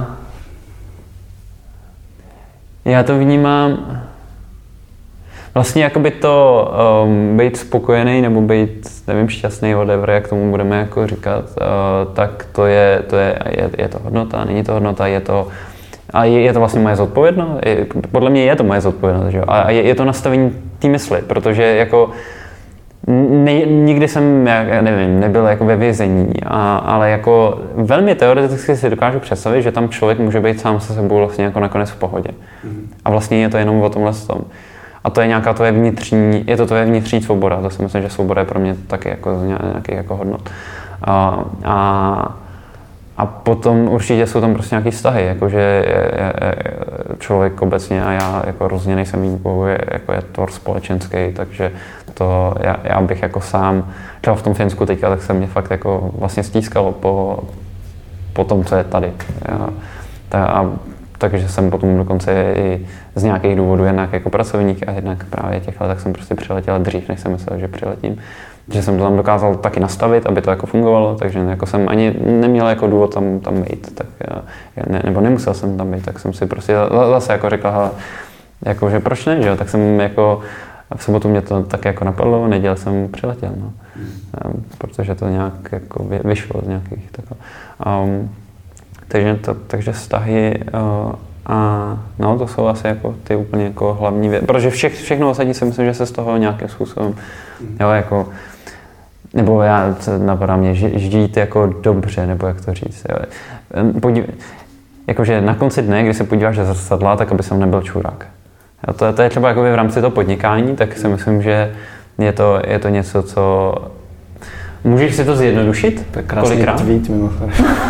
já to vnímám vlastně jakoby to um, být spokojený nebo být, nevím, šťastný, whatever, jak tomu budeme jako říkat, uh, tak to je, to je, je, je to hodnota, není to hodnota, je to a je, je to vlastně moje zodpovědnost, je, podle mě je to moje zodpovědnost, že jo? A je, je to nastavení té mysli, protože jako ne, nikdy jsem, já nevím, nebyl jako ve vězení, a, ale jako velmi teoreticky si dokážu představit, že tam člověk může být sám se sebou vlastně jako nakonec v pohodě. Mm. A vlastně je to jenom o tomhle tom. A to je nějaká tvoje vnitřní, je to tvoje vnitřní svoboda. To si myslím, že svoboda je pro mě taky jako nějaký jako hodnot. A, a, a potom určitě jsou tam prostě nějaký vztahy, jakože je, je, je člověk obecně a já jako rozhodně nejsem výjimkou, je, jako je tvor společenský, takže to já, já bych jako sám, třeba v tom Finsku teďka, tak se mě fakt jako vlastně stískalo po, po tom, co je tady. Já, ta, a, takže jsem potom dokonce i z nějakých důvodů jednak jako pracovník a jednak právě těch let, tak jsem prostě přiletěl dřív, než jsem myslel, že přiletím. Že jsem to tam dokázal taky nastavit, aby to jako fungovalo, takže jako jsem ani neměl jako důvod tam, tam být, tak já, ne, nebo nemusel jsem tam být, tak jsem si prostě zase jako řekl, hele, jako, že proč ne, že jo, tak jsem jako, v sobotu mě to tak jako napadlo, v neděli jsem přiletěl, no, um, protože to nějak jako vyšlo z nějakých takhle. Um, takže, to, takže vztahy uh, a no, to jsou asi jako ty úplně jako hlavní věci, protože vše, všechno ostatní si myslím, že se z toho nějakým způsobem, jo, jako nebo já, napadá mě, žít jako dobře, nebo jak to říct. Podív, jakože na konci dne, když se podíváš do zrcadla, tak aby jsem nebyl čurák. Jo, to, to je třeba v rámci toho podnikání, tak si myslím, že je to, je to něco, co... Můžeš si to zjednodušit? To je krásný tweet mimochodem.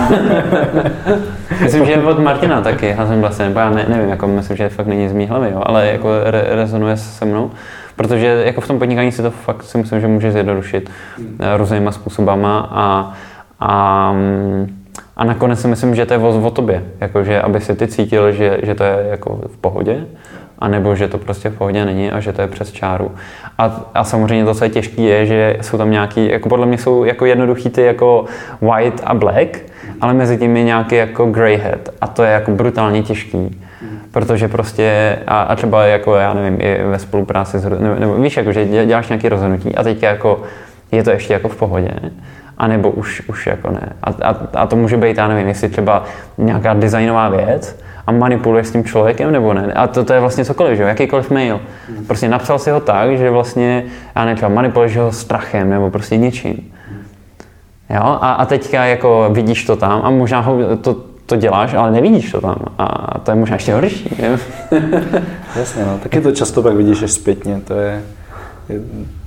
Myslím, že od Martina taky, Hazen vlastně, nebo já ne, nevím, jako myslím, že fakt není z mý hlavy, jo, ale jako re, rezonuje se mnou. Protože jako v tom podnikání si to fakt si myslím, že může zjednodušit hmm. různýma způsobama a, a, a nakonec si myslím, že to je o, o tobě. Jako, že aby si ty cítil, že, že to je jako v pohodě, anebo že to prostě v pohodě není a že to je přes čáru. A, a samozřejmě to, co je těžké, je, že jsou tam nějaký, jako podle mě jsou jako jednoduchý ty jako white a black, ale mezi tím je nějaký jako grey head a to je jako brutálně těžký. Protože prostě, a, a třeba jako, já nevím, i ve spolupráci, s, nebo, nebo víš, jako, že děláš nějaké rozhodnutí a teď jako, je to ještě jako v pohodě, anebo už, už jako ne. A, a, a to může být, já nevím, jestli třeba nějaká designová věc a manipuluješ s tím člověkem, nebo ne. A to, to je vlastně cokoliv, že jo, jakýkoliv mail. Prostě napsal si ho tak, že vlastně, já nevím, třeba manipuluješ ho strachem, nebo prostě něčím. Jo, a, a teďka jako vidíš to tam a možná ho, to, to děláš, ale nevidíš to tam a to je možná ještě horší. Jasně, no, taky to často pak vidíš až zpětně, to je, je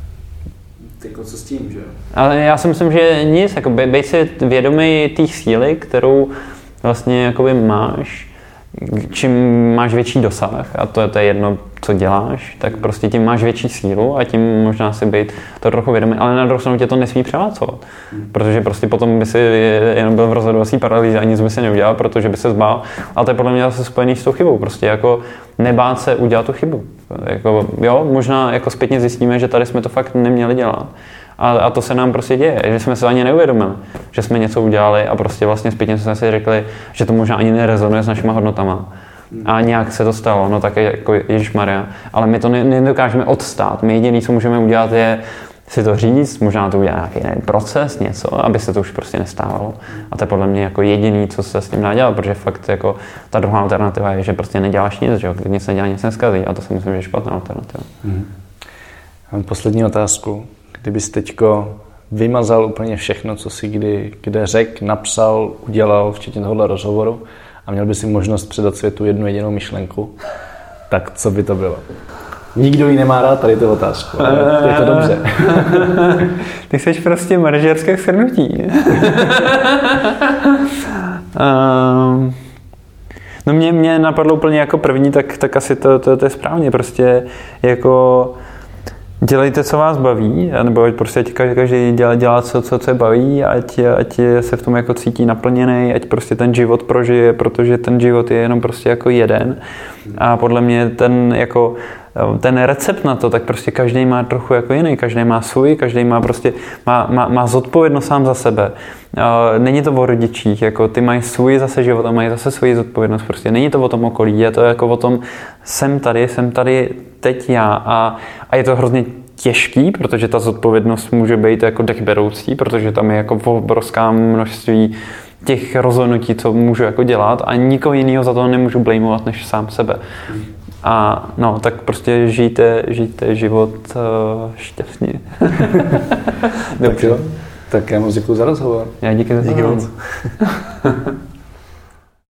jako co s tím, že jo? Ale já si myslím, že nic, jako bej si vědomý té síly, kterou vlastně jakoby máš, čím máš větší dosah, a to je, to je jedno, co děláš, tak prostě tím máš větší sílu a tím možná si být to trochu vědomý, ale na druhou stranu tě to nesmí převálcovat, protože prostě potom by si jenom byl v rozhodovací paralýze a nic by si neudělal, protože by se zbál, ale to je podle mě zase spojený s tou chybou, prostě jako nebát se udělat tu chybu. Jako, jo, možná jako zpětně zjistíme, že tady jsme to fakt neměli dělat. A, a to se nám prostě děje, že jsme se ani neuvědomili, že jsme něco udělali a prostě vlastně zpětně jsme si řekli, že to možná ani nerezonuje s našima hodnotama. A nějak se to stalo, no tak jako ježišmarja. Ale my to nedokážeme odstát. My jediné, co můžeme udělat, je si to říct, možná to udělat nějaký nevím, proces, něco, aby se to už prostě nestávalo. A to je podle mě jako jediný, co se s tím dá dělat, protože fakt jako ta druhá alternativa je, že prostě neděláš nic, že jo, když nic nedělá, nic neskazí. A to si myslím, že je špatná alternativa. Hmm. Mám poslední otázku. Kdybys teďko vymazal úplně všechno, co jsi kdy, kde řekl, napsal, udělal, včetně tohohle rozhovoru a měl by si možnost předat světu jednu jedinou myšlenku, tak co by to bylo? Nikdo ji nemá rád tady tu otázku, ale je to dobře. Ty jsi prostě manažerské shrnutí. um, no mě, mě napadlo úplně jako první, tak, tak asi to, to, to je správně. Prostě jako dělejte, co vás baví, nebo prostě ať každý dělá, dělá co, co, co je baví, ať, ať se v tom jako cítí naplněný, ať prostě ten život prožije, protože ten život je jenom prostě jako jeden. A podle mě ten jako ten recept na to, tak prostě každý má trochu jako jiný, každý má svůj, každý má prostě, má, má, má zodpovědnost sám za sebe. Není to o rodičích, jako ty mají svůj zase život a mají zase svoji zodpovědnost, prostě není to o tom okolí, je to jako o tom, jsem tady, jsem tady teď já a, a je to hrozně těžký, protože ta zodpovědnost může být jako dechberoucí, protože tam je jako obrovská množství těch rozhodnutí, co můžu jako dělat a nikoho jiného za to nemůžu blameovat než sám sebe. A no, tak prostě žijte, žijte život uh, šťastně. Tak jo, tak já moc děkuju za rozhovor. Já díky za díky moc.